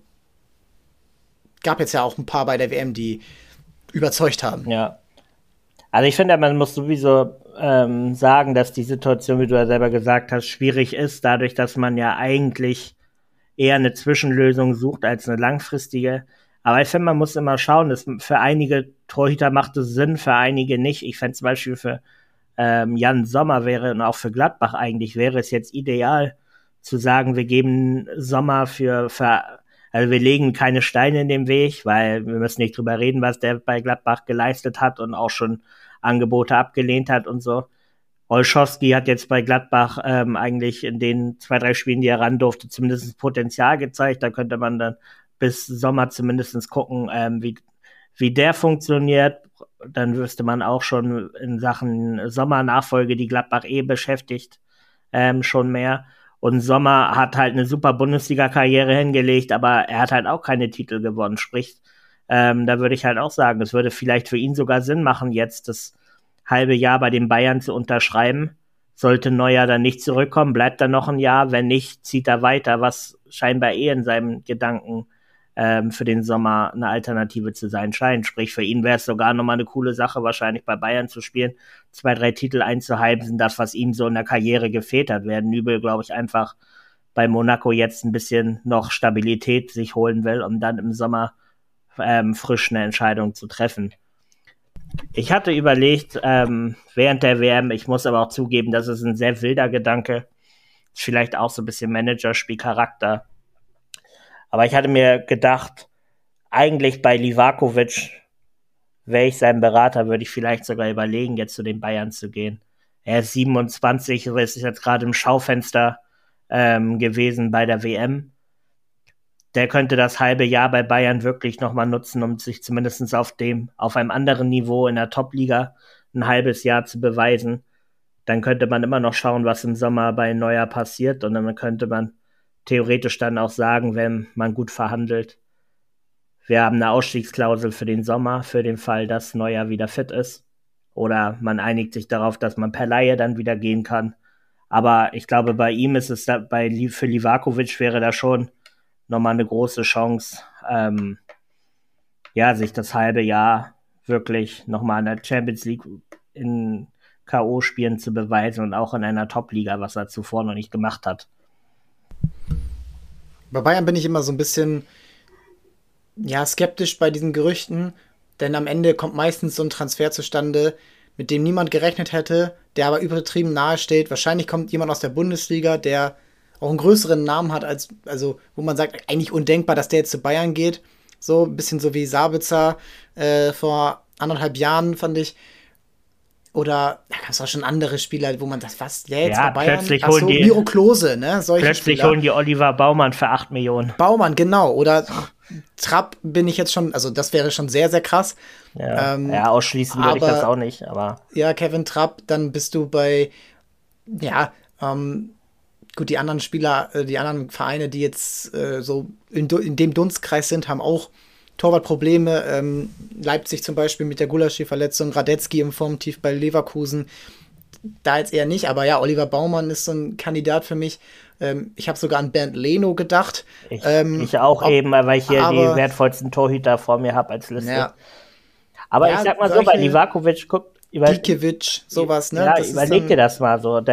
Speaker 1: gab jetzt ja auch ein paar bei der WM, die überzeugt haben.
Speaker 2: Ja. Also ich finde, man muss sowieso sagen, dass die Situation, wie du ja selber gesagt hast, schwierig ist, dadurch, dass man ja eigentlich eher eine Zwischenlösung sucht als eine langfristige. Aber ich finde, man muss immer schauen, dass für einige Torhüter macht es Sinn, für einige nicht. Ich fände zum Beispiel für Jan Sommer und auch für Gladbach eigentlich wäre es jetzt ideal zu sagen, wir geben Sommer also wir legen keine Steine in den Weg, weil wir müssen nicht drüber reden, was der bei Gladbach geleistet hat und auch schon Angebote abgelehnt hat und so. Olschowski hat jetzt bei Gladbach eigentlich in den 2-3 Spielen, die er ran durfte, zumindest Potenzial gezeigt. Da könnte man dann bis Sommer zumindest gucken, wie der funktioniert. Dann wüsste man auch schon in Sachen Sommernachfolge, die Gladbach beschäftigt, schon mehr. Und Sommer hat halt eine super Bundesliga-Karriere hingelegt, aber er hat halt auch keine Titel gewonnen. Sprich, da würde ich halt auch sagen, es würde vielleicht für ihn sogar Sinn machen, jetzt das halbe Jahr bei den Bayern zu unterschreiben. Sollte Neuer dann nicht zurückkommen, bleibt er noch ein Jahr. Wenn nicht, zieht er weiter, was scheinbar in seinem Gedanken für den Sommer eine Alternative zu sein scheint. Sprich, für ihn wäre es sogar nochmal eine coole Sache, wahrscheinlich bei Bayern zu spielen, 2-3 Titel einzuheimsen, das, was ihm so in der Karriere gefehlt hat. Während Nübel, glaube ich, einfach bei Monaco jetzt ein bisschen noch Stabilität sich holen will, um dann im Sommer frisch eine Entscheidung zu treffen. Ich hatte überlegt, während der WM, ich muss aber auch zugeben, das ist ein sehr wilder Gedanke, vielleicht auch so ein bisschen Managerspielcharakter. Aber ich hatte mir gedacht, eigentlich bei Livakovic wäre ich sein Berater, würde ich vielleicht sogar überlegen, jetzt zu den Bayern zu gehen. Er ist 27, ist jetzt gerade im Schaufenster gewesen bei der WM. Der könnte das halbe Jahr bei Bayern wirklich nochmal nutzen, um sich zumindest auf einem anderen Niveau in der Top-Liga ein halbes Jahr zu beweisen. Dann könnte man immer noch schauen, was im Sommer bei Neuer passiert. Und dann könnte man theoretisch dann auch sagen, wenn man gut verhandelt, wir haben eine Ausstiegsklausel für den Sommer, für den Fall, dass Neuer wieder fit ist. Oder man einigt sich darauf, dass man per Leihe dann wieder gehen kann. Aber ich glaube, bei ihm ist es für Livakovic wäre da schon nochmal eine große Chance, sich das halbe Jahr wirklich nochmal in der Champions League in K.O.-Spielen zu beweisen und auch in einer Top-Liga, was er zuvor noch nicht gemacht hat.
Speaker 1: Bei Bayern bin ich immer so ein bisschen, ja, skeptisch bei diesen Gerüchten, denn am Ende kommt meistens so ein Transfer zustande, mit dem niemand gerechnet hätte, der aber übertrieben nahe steht. Wahrscheinlich kommt jemand aus der Bundesliga, der auch einen größeren Namen hat, als, also wo man sagt, eigentlich undenkbar, dass der jetzt zu Bayern geht. So ein bisschen so wie Sabitzer vor 1,5 Jahren, fand ich. Oder da gab es auch schon andere Spieler, wo man das, was, der jetzt bei
Speaker 2: Ja,
Speaker 1: Bayern?
Speaker 2: plötzlich
Speaker 1: Ach
Speaker 2: holen
Speaker 1: so,
Speaker 2: die,
Speaker 1: Miro Klose, ne? Solche
Speaker 2: plötzlich
Speaker 1: Spieler.
Speaker 2: holen die Oliver Baumann für 8 Millionen.
Speaker 1: Baumann, genau. Oder Trapp bin ich jetzt schon, also das wäre schon sehr, sehr krass.
Speaker 2: Ja, ja, ausschließen würde ich das
Speaker 1: Aber
Speaker 2: auch nicht, aber
Speaker 1: ja, Kevin Trapp, dann bist du bei, ja, gut, die anderen Spieler, die anderen Vereine, die jetzt so in dem Dunstkreis sind, haben auch Torwartprobleme. Leipzig zum Beispiel mit der Gulaschi-Verletzung, Radetzky im Formtief bei Leverkusen. Da jetzt eher nicht, aber ja, Oliver Baumann ist so ein Kandidat für mich. Ich habe sogar an Bernd Leno gedacht.
Speaker 2: ich auch eben, weil ich hier die
Speaker 1: aber
Speaker 2: wertvollsten Torhüter vor mir habe als Liste.
Speaker 1: ja,
Speaker 2: Aber ich
Speaker 1: ja,
Speaker 2: sag mal so, bei
Speaker 1: solche
Speaker 2: Livakovic,
Speaker 1: Gikiewicz, sowas, ne?
Speaker 2: ja,
Speaker 1: Das ist
Speaker 2: überleg dir
Speaker 1: dann,
Speaker 2: das mal so.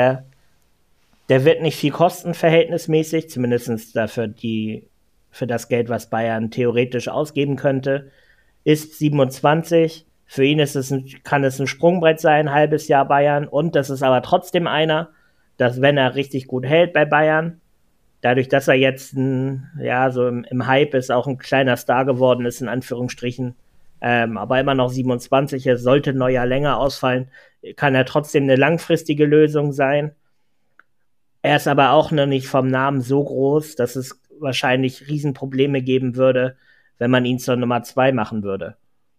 Speaker 2: Der wird nicht viel kosten, verhältnismäßig, zumindest dafür für das Geld, was Bayern theoretisch ausgeben könnte. Ist 27. Für ihn kann es ein Sprungbrett sein, ein halbes Jahr Bayern. Und das ist aber trotzdem einer, dass wenn er richtig gut hält bei Bayern, dadurch, dass er jetzt so im Hype ist, auch ein kleiner Star geworden ist, in Anführungsstrichen, aber immer noch 27 ist, sollte Neuer länger ausfallen, kann er trotzdem eine langfristige Lösung sein. Er ist aber auch noch nicht vom Namen so groß, dass es wahrscheinlich Riesenprobleme geben würde, wenn man ihn zur Nummer 2 machen würde.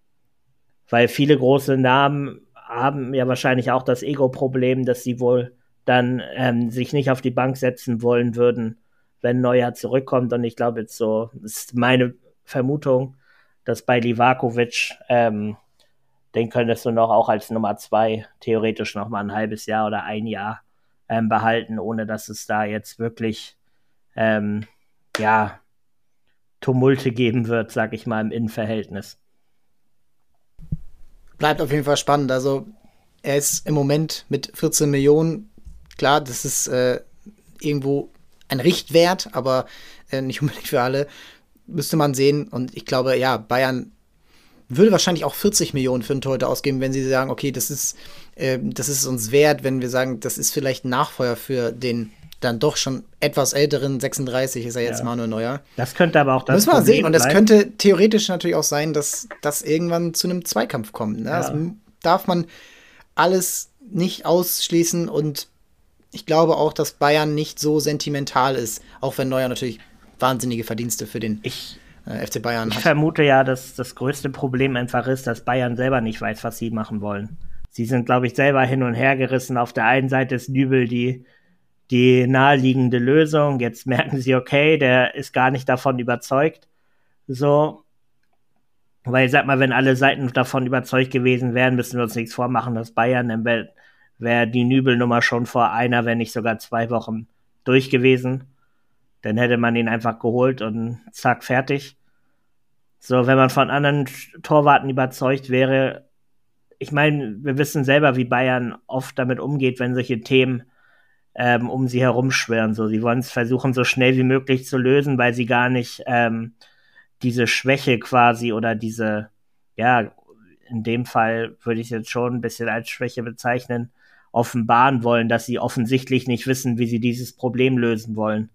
Speaker 2: Weil viele große Namen haben ja wahrscheinlich auch das Ego-Problem, dass sie wohl dann sich nicht auf die Bank setzen wollen würden, wenn Neuer zurückkommt. Und ich glaube jetzt so, das ist meine Vermutung, dass bei Livakovic, den könntest du noch auch als Nummer 2 theoretisch noch mal ein halbes Jahr oder ein Jahr behalten, ohne dass es da jetzt wirklich Tumulte geben wird, sag ich mal, im Innenverhältnis.
Speaker 1: bleibt auf jeden Fall spannend. Also er ist im Moment mit 14 Millionen, klar, das ist irgendwo ein Richtwert, aber nicht unbedingt für alle. Müsste man sehen. Und ich glaube, ja, Bayern würde wahrscheinlich auch 40 Millionen für einen Torhüter ausgeben, wenn sie sagen, okay, das ist uns wert, wenn wir sagen, das ist vielleicht ein Nachfolger für den dann doch schon etwas älteren 36 ist er jetzt Manuel Neuer.
Speaker 2: Das könnte aber auch das
Speaker 1: Müssen wir mal
Speaker 2: Problem
Speaker 1: sehen. Und es
Speaker 2: bleiben.
Speaker 1: könnte theoretisch natürlich auch sein, dass das irgendwann zu einem Zweikampf kommt. Ne?
Speaker 2: Ja.
Speaker 1: Das darf man alles nicht ausschließen. Und ich glaube auch, dass Bayern nicht so sentimental ist, auch wenn Neuer natürlich wahnsinnige Verdienste für den FC Bayern
Speaker 2: Ich
Speaker 1: hat.
Speaker 2: vermute ja, dass das größte Problem einfach ist, dass Bayern selber nicht weiß, was sie machen wollen. Sie sind, glaube ich, selber hin und her gerissen. Auf der einen Seite ist Nübel die naheliegende Lösung. Jetzt merken sie, okay, der ist gar nicht davon überzeugt. So, weil ich sag mal, wenn alle Seiten davon überzeugt gewesen wären, müssen wir uns nichts vormachen, dass Bayern, dann wäre die Nübel-Nummer schon vor einer, wenn nicht sogar 2 Wochen durch gewesen. Dann hätte man ihn einfach geholt und zack, fertig. So, wenn man von anderen Torwarten überzeugt wäre, ich meine, wir wissen selber, wie Bayern oft damit umgeht, wenn solche Themen um sie herumschwirren. So, sie wollen es versuchen, so schnell wie möglich zu lösen, weil sie gar nicht diese Schwäche quasi oder diese, ja, in dem Fall würde ich es jetzt schon ein bisschen als Schwäche bezeichnen, offenbaren wollen, dass sie offensichtlich nicht wissen, wie sie dieses Problem lösen wollen.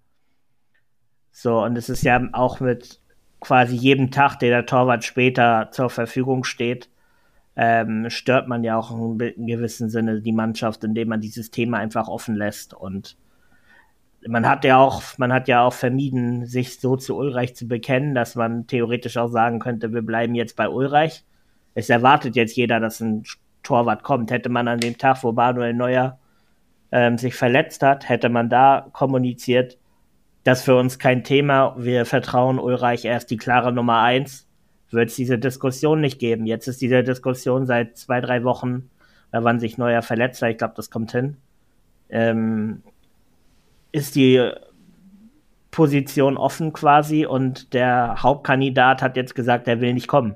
Speaker 2: So, und es ist ja auch mit quasi jedem Tag, der Torwart später zur Verfügung steht, stört man ja auch in gewissem Sinne die Mannschaft, indem man dieses Thema einfach offen lässt. Und man hat ja auch vermieden, sich so zu Ulreich zu bekennen, dass man theoretisch auch sagen könnte, wir bleiben jetzt bei Ulreich. Es erwartet jetzt jeder, dass ein Torwart kommt. Hätte man an dem Tag, wo Manuel Neuer sich verletzt hat, hätte man da kommuniziert, das ist für uns kein Thema, wir vertrauen Ulreich, er ist die klare Nummer 1, wird es diese Diskussion nicht geben. Jetzt ist diese Diskussion seit 2-3 Wochen, wann sich Neuer verletzt hat, ich glaube, das kommt hin, ist die Position offen quasi und der Hauptkandidat hat jetzt gesagt, er will nicht kommen.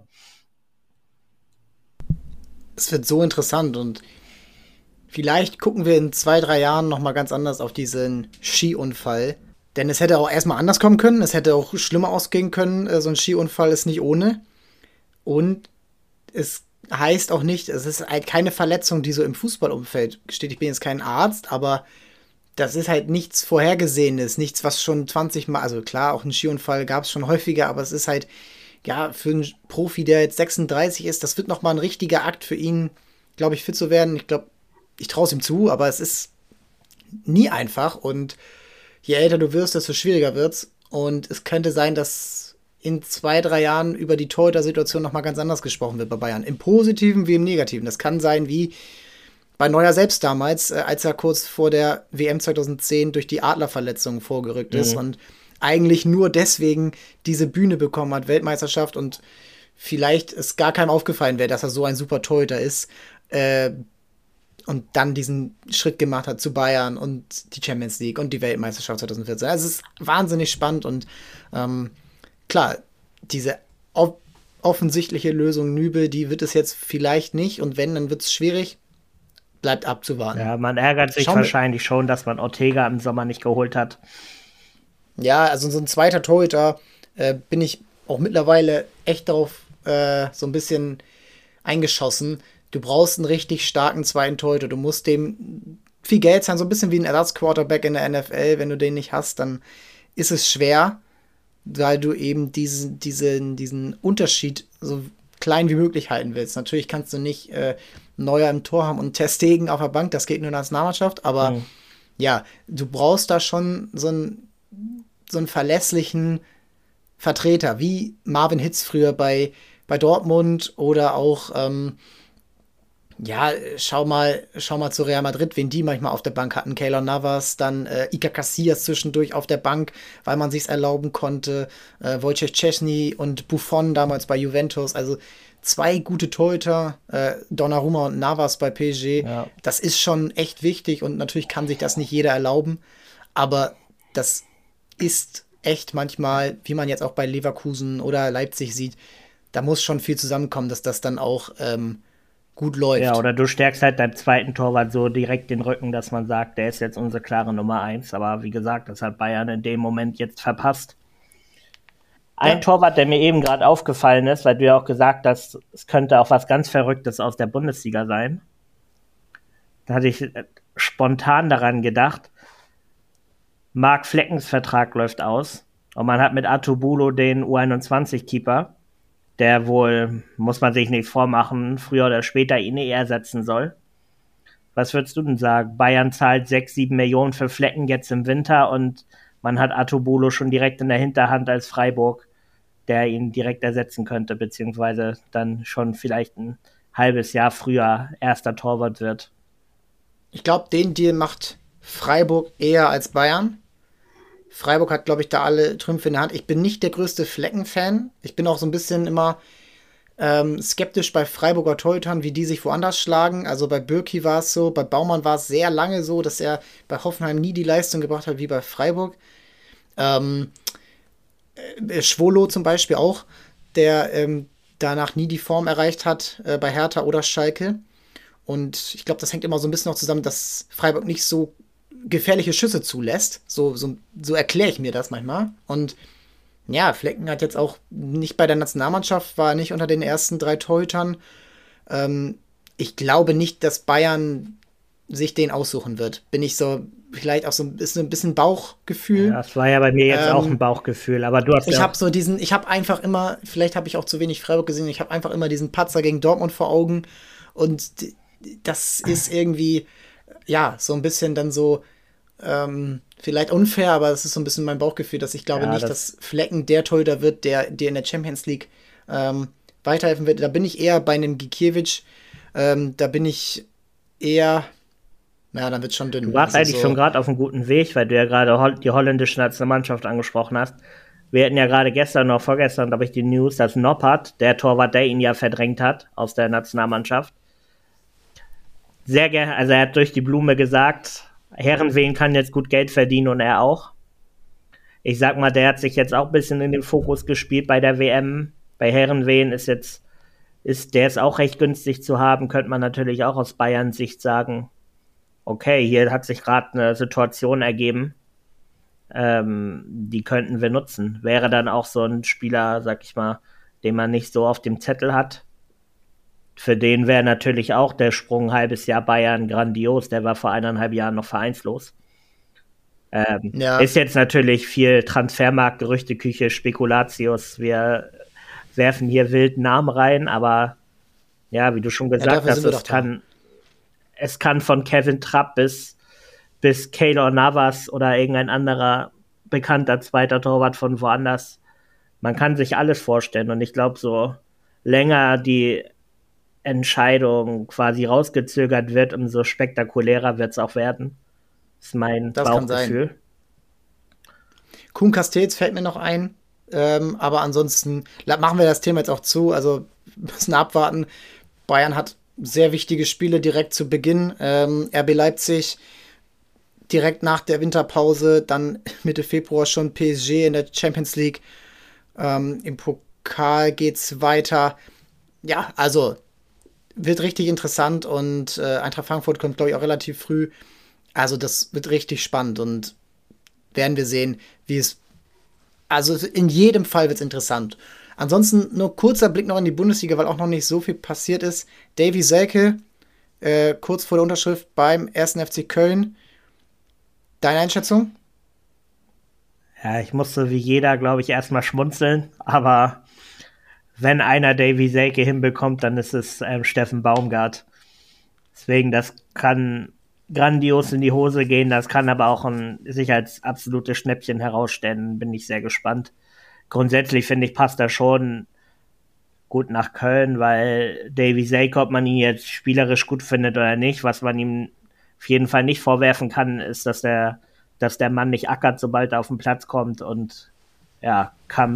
Speaker 1: Es wird so interessant und vielleicht gucken wir in 2-3 Jahren noch mal ganz anders auf diesen Skiunfall Denn es hätte auch erstmal anders kommen können, es hätte auch schlimmer ausgehen können. So ein Skiunfall ist nicht ohne. Und es heißt auch nicht, es ist halt keine Verletzung, die so im Fußballumfeld steht. Ich bin jetzt kein Arzt, aber das ist halt nichts Vorhergesehenes, nichts, was schon 20 Mal, also klar, auch einen Skiunfall gab es schon häufiger, aber es ist halt, ja, für einen Profi, der jetzt 36 ist, das wird nochmal ein richtiger Akt für ihn, glaube ich, fit zu werden. Ich glaube, ich traue es ihm zu, aber es ist nie einfach und je älter du wirst, desto schwieriger wird's. Und es könnte sein, dass in 2, 3 Jahren über die Torhüter-Situation nochmal ganz anders gesprochen wird bei Bayern. Im Positiven wie im Negativen. Das kann sein wie bei Neuer selbst damals, als er kurz vor der WM 2010 durch die Adlerverletzung vorgerückt ist und eigentlich nur deswegen diese Bühne bekommen hat, Weltmeisterschaft, und vielleicht es gar keinem aufgefallen wäre, dass er so ein super Torhüter ist, und dann diesen Schritt gemacht hat zu Bayern und die Champions League und die Weltmeisterschaft 2014. Also es ist wahnsinnig spannend und klar, diese offensichtliche Lösung Nübel, die wird es jetzt vielleicht nicht, und wenn, dann wird es schwierig. Bleibt abzuwarten.
Speaker 2: Ja, man ärgert sich wahrscheinlich schon, dass man Ortega im Sommer nicht geholt hat.
Speaker 1: Ja, also so ein zweiter Torhüter bin ich auch mittlerweile echt darauf so ein bisschen eingeschossen. Du brauchst einen richtig starken zweiten Torhüter. Du musst dem viel Geld zahlen, so ein bisschen wie ein Ersatzquarterback in der NFL. Wenn du den nicht hast, dann ist es schwer, weil du eben diesen Unterschied so klein wie möglich halten willst. Natürlich kannst du nicht Neuer im Tor haben und Ter Stegen auf der Bank, das geht nur in der Nationalmannschaft, aber ja, du brauchst da schon so einen verlässlichen Vertreter, wie Marvin Hitz früher bei Dortmund oder auch ja, schau mal zu Real Madrid, wen die manchmal auf der Bank hatten. Keylor Navas, dann Iker Casillas zwischendurch auf der Bank, weil man sich's erlauben konnte. Wojciech Szczęsny und Buffon damals bei Juventus. Also 2 gute Torhüter, Donnarumma und Navas bei PSG. Ja. Das ist schon echt wichtig und natürlich kann sich das nicht jeder erlauben. Aber das ist echt manchmal, wie man jetzt auch bei Leverkusen oder Leipzig sieht, da muss schon viel zusammenkommen, dass das dann auch gut läuft.
Speaker 2: Ja, oder du stärkst halt deinen zweiten Torwart so direkt den Rücken, dass man sagt, der ist jetzt unsere klare Nummer 1. Aber wie gesagt, das hat Bayern in dem Moment jetzt verpasst. Ein Torwart, der mir eben gerade aufgefallen ist, weil du ja auch gesagt hast, es könnte auch was ganz Verrücktes aus der Bundesliga sein. Da hatte ich spontan daran gedacht, Marc Fleckens Vertrag läuft aus und man hat mit Artubulo den U21-Keeper, der wohl, muss man sich nicht vormachen, früher oder später ihn ersetzen soll. Was würdest du denn sagen? Bayern zahlt 6-7 Millionen für Flecken jetzt im Winter und man hat Artubulo schon direkt in der Hinterhand als Freiburg, der ihn direkt ersetzen könnte, beziehungsweise dann schon vielleicht ein halbes Jahr früher erster Torwart wird.
Speaker 1: Ich glaube, den Deal macht Freiburg eher als Bayern. Freiburg hat, glaube ich, da alle Trümpfe in der Hand. Ich bin nicht der größte Flecken-Fan. Ich bin auch so ein bisschen immer skeptisch bei Freiburger Torhütern, wie die sich woanders schlagen. Also bei Bürki war es so, bei Baumann war es sehr lange so, dass er bei Hoffenheim nie die Leistung gebracht hat wie bei Freiburg. Schwolo zum Beispiel auch, der danach nie die Form erreicht hat bei Hertha oder Schalke. Und ich glaube, das hängt immer so ein bisschen noch zusammen, dass Freiburg nicht so gefährliche Schüsse zulässt. So erkläre ich mir das manchmal. Und ja, Flecken hat jetzt auch nicht bei der Nationalmannschaft, war nicht unter den ersten 3 Torhütern. Ich glaube nicht, dass Bayern sich den aussuchen wird. Bin ich so, vielleicht auch so ein bisschen Bauchgefühl.
Speaker 2: Ja, das war ja bei mir jetzt auch ein Bauchgefühl, aber du hast
Speaker 1: ich habe einfach immer, vielleicht habe ich auch zu wenig Freiburg gesehen, ich habe einfach immer diesen Patzer gegen Dortmund vor Augen und das ist irgendwie, ja, so ein bisschen dann so vielleicht unfair, aber das ist so ein bisschen mein Bauchgefühl, dass ich glaube nicht, dass Flecken der Torhüter wird, der dir in der Champions League weiterhelfen wird. Da bin ich eher bei einem Gikiewicz, da bin ich eher, ja, dann wird es schon dünn.
Speaker 2: Du warst eigentlich schon gerade auf einem guten Weg, weil du ja gerade die holländische Nationalmannschaft angesprochen hast. Wir hatten ja gerade gestern oder vorgestern, glaube ich, die News, dass Noppert, der Torwart, der ihn ja verdrängt hat aus der Nationalmannschaft, sehr gerne, also er hat durch die Blume gesagt, Herrenveen kann jetzt gut Geld verdienen und er auch. Ich sag mal, der hat sich jetzt auch ein bisschen in den Fokus gespielt bei der WM. Bei Herrenveen der ist auch recht günstig zu haben, könnte man natürlich auch aus Bayern Sicht sagen, okay, hier hat sich gerade eine Situation ergeben. die könnten wir nutzen. Wäre dann auch so ein Spieler, sag ich mal, den man nicht so auf dem Zettel hat. Für den wäre natürlich auch der Sprung halbes Jahr Bayern grandios. Der war vor 1,5 Jahren noch vereinslos. Ist jetzt natürlich viel Transfermarkt, Gerüchteküche, Spekulatius. Wir werfen hier wild Namen rein, aber ja, wie du schon gesagt hast, es kann von Kevin Trapp bis Keylor Navas oder irgendein anderer bekannter zweiter Torwart von woanders. Man kann sich alles vorstellen und ich glaube, so länger die Entscheidung quasi rausgezögert wird, umso spektakulärer wird es auch werden. Das ist mein Bauchgefühl.
Speaker 1: Kuhn Castells fällt mir noch ein, aber ansonsten machen wir das Thema jetzt auch zu, also müssen abwarten. Bayern hat sehr wichtige Spiele direkt zu Beginn. RB Leipzig direkt nach der Winterpause, dann Mitte Februar schon PSG in der Champions League. Im Pokal geht's weiter. Ja, also wird richtig interessant und Eintracht Frankfurt kommt, glaube ich, auch relativ früh. Also das wird richtig spannend und werden wir sehen, wie es. Also in jedem Fall wird es interessant. Ansonsten nur kurzer Blick noch in die Bundesliga, weil auch noch nicht so viel passiert ist. Davy Selke, kurz vor der Unterschrift beim 1. FC Köln. Deine Einschätzung?
Speaker 2: Ja, ich musste wie jeder, glaube ich, erstmal schmunzeln, aber wenn einer Davy Selke hinbekommt, dann ist es Steffen Baumgart. Deswegen, das kann grandios in die Hose gehen, das kann aber auch sich als absolutes Schnäppchen herausstellen, bin ich sehr gespannt. Grundsätzlich finde ich, passt er schon gut nach Köln, weil Davy Selke, ob man ihn jetzt spielerisch gut findet oder nicht, was man ihm auf jeden Fall nicht vorwerfen kann, ist, dass der Mann nicht ackert, sobald er auf den Platz kommt und ja,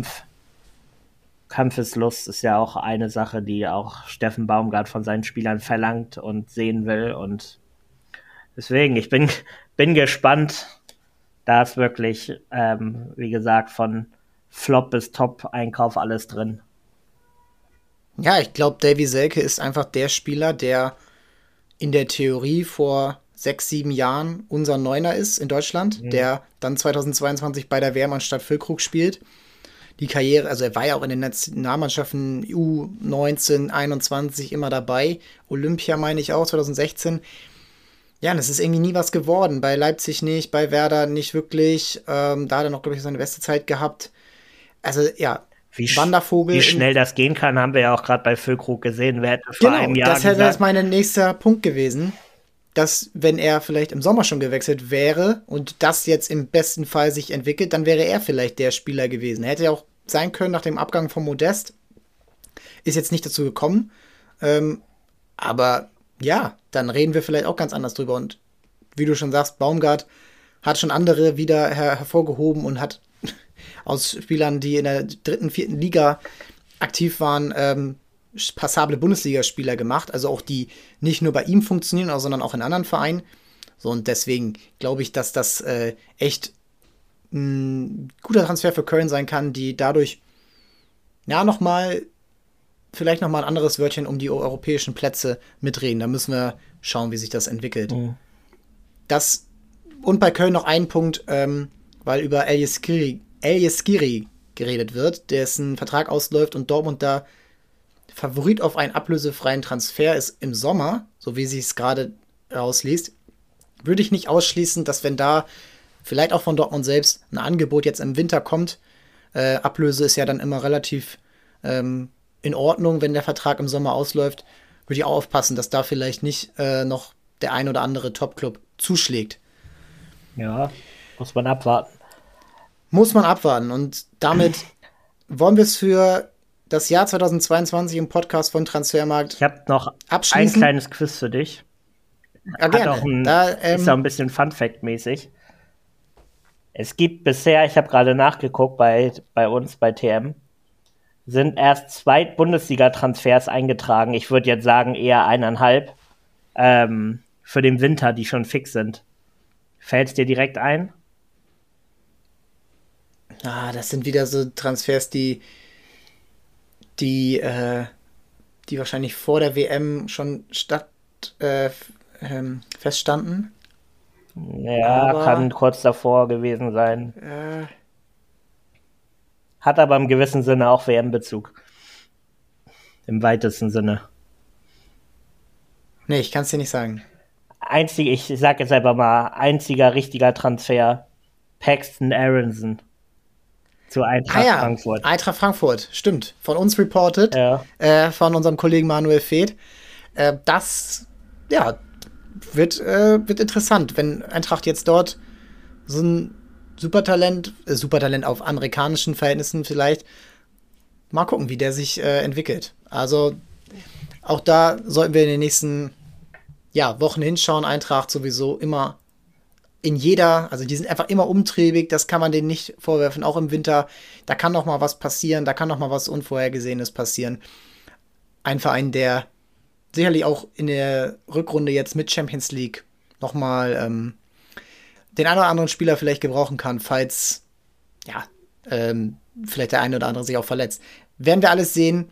Speaker 2: Kampfeslust ist ja auch eine Sache, die auch Steffen Baumgart von seinen Spielern verlangt und sehen will und deswegen, ich bin gespannt. Da ist wirklich, wie gesagt, von Flop bis Top-Einkauf alles drin.
Speaker 1: Ja, ich glaube, Davy Selke ist einfach der Spieler, der in der Theorie vor 6, 7 Jahren unser Neuner ist in Deutschland, der dann 2022 bei der WM anstatt Füllkrug spielt. Die Karriere, also er war ja auch in den Nationalmannschaften U19, 21 immer dabei. Olympia meine ich auch, 2016. Ja, und es ist irgendwie nie was geworden. Bei Leipzig nicht, bei Werder nicht wirklich. Da hat er noch, glaube ich, seine beste Zeit gehabt. Also, ja,
Speaker 2: Wandervogel. Wie schnell das gehen kann, haben wir ja auch gerade bei Füllkrug gesehen. Wer hätte vor einem Jahr
Speaker 1: das wäre jetzt mein nächster Punkt gewesen. Dass, wenn er vielleicht im Sommer schon gewechselt wäre und das jetzt im besten Fall sich entwickelt, dann wäre er vielleicht der Spieler gewesen. Hätte ja auch sein können nach dem Abgang von Modest. Ist jetzt nicht dazu gekommen. Aber ja, dann reden wir vielleicht auch ganz anders drüber. Und wie du schon sagst, Baumgart hat schon andere wieder hervorgehoben und hat aus Spielern, die in der 3., 4. Liga aktiv waren, passable Bundesligaspieler gemacht. Also auch die nicht nur bei ihm funktionieren, sondern auch in anderen Vereinen. So, und deswegen glaube ich, dass das echt ein guter Transfer für Köln sein kann, die dadurch ja vielleicht nochmal ein anderes Wörtchen um die europäischen Plätze mitreden. Da müssen wir schauen, wie sich das entwickelt. Und bei Köln noch ein Punkt, weil über El Yeskiri geredet wird, dessen Vertrag ausläuft und Dortmund da Favorit auf einen ablösefreien Transfer ist im Sommer, so wie sich es gerade ausliest, würde ich nicht ausschließen, dass wenn da vielleicht auch von Dortmund selbst ein Angebot jetzt im Winter kommt, Ablöse ist ja dann immer relativ in Ordnung, wenn der Vertrag im Sommer ausläuft, würde ich auch aufpassen, dass da vielleicht nicht noch der ein oder andere Top-Club zuschlägt.
Speaker 2: Ja, muss man abwarten.
Speaker 1: Und damit wollen wir es für das Jahr 2022 im Podcast von Transfermarkt.
Speaker 2: Ich habe noch ein kleines Quiz für dich.
Speaker 1: Ja, gerne.
Speaker 2: Ist auch ein bisschen Fun-Fact-mäßig. Es gibt bisher, ich habe gerade nachgeguckt bei uns, bei TM, sind erst 2 Bundesliga-Transfers eingetragen. Ich würde jetzt sagen eher 1,5 für den Winter, die schon fix sind. Fällt es dir direkt ein?
Speaker 1: Das sind wieder so Transfers, die wahrscheinlich vor der WM schon feststanden.
Speaker 2: Ja,
Speaker 1: Aber
Speaker 2: kann kurz davor gewesen sein. Hat aber im gewissen Sinne auch WM-Bezug. Im weitesten Sinne.
Speaker 1: nee, ich kann es dir nicht sagen.
Speaker 2: Ich sag jetzt einfach mal, einziger richtiger Transfer, Paxton Aronson zu
Speaker 1: Ah
Speaker 2: Eintracht
Speaker 1: ja,
Speaker 2: Frankfurt.
Speaker 1: Eintracht Frankfurt, stimmt. Von uns reported,
Speaker 2: Ja.
Speaker 1: von unserem Kollegen Manuel Feeth. Das, ja, wird interessant, wenn Eintracht jetzt dort so ein Supertalent auf amerikanischen Verhältnissen vielleicht, mal gucken, wie der sich entwickelt. Also auch da sollten wir in den nächsten Wochen hinschauen. Eintracht sowieso immer also die sind einfach immer umtriebig, das kann man denen nicht vorwerfen, auch im Winter, da kann noch mal was passieren, da kann noch mal was Unvorhergesehenes passieren. Ein Verein, der sicherlich auch in der Rückrunde jetzt mit Champions League noch mal den einen oder anderen Spieler vielleicht gebrauchen kann, falls vielleicht der eine oder andere sich auch verletzt. Werden wir alles sehen.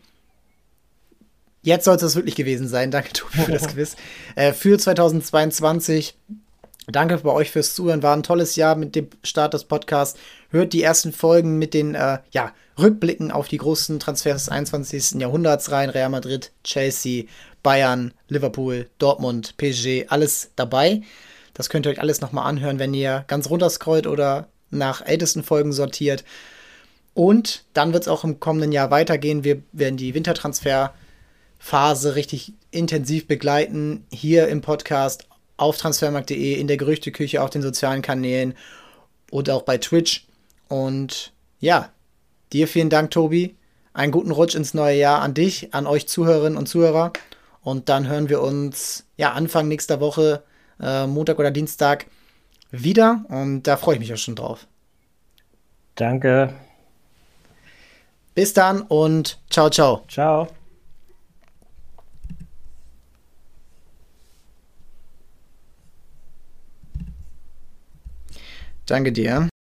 Speaker 1: Jetzt sollte es wirklich gewesen sein. Danke, Tobi, für das Quiz. Für 2022. Danke bei euch fürs Zuhören. War ein tolles Jahr mit dem Start des Podcasts. Hört die ersten Folgen mit den Rückblicken auf die großen Transfers des 21. Jahrhunderts rein. Real Madrid, Chelsea, Bayern, Liverpool, Dortmund, PSG, alles dabei. Das könnt ihr euch alles nochmal anhören, wenn ihr ganz runter scrollt oder nach ältesten Folgen sortiert. Und dann wird es auch im kommenden Jahr weitergehen. Wir werden die Wintertransferphase richtig intensiv begleiten. Hier im Podcast auf transfermarkt.de, in der Gerüchteküche, auf den sozialen Kanälen und auch bei Twitch. Und ja, dir vielen Dank, Tobi. Einen guten Rutsch ins neue Jahr an dich, an euch Zuhörerinnen und Zuhörer. Und dann hören wir uns Anfang nächster Woche, Montag oder Dienstag, wieder. Und da freue ich mich auch schon drauf.
Speaker 2: Danke.
Speaker 1: Bis dann und ciao, ciao.
Speaker 2: Ciao.
Speaker 1: Danke dir.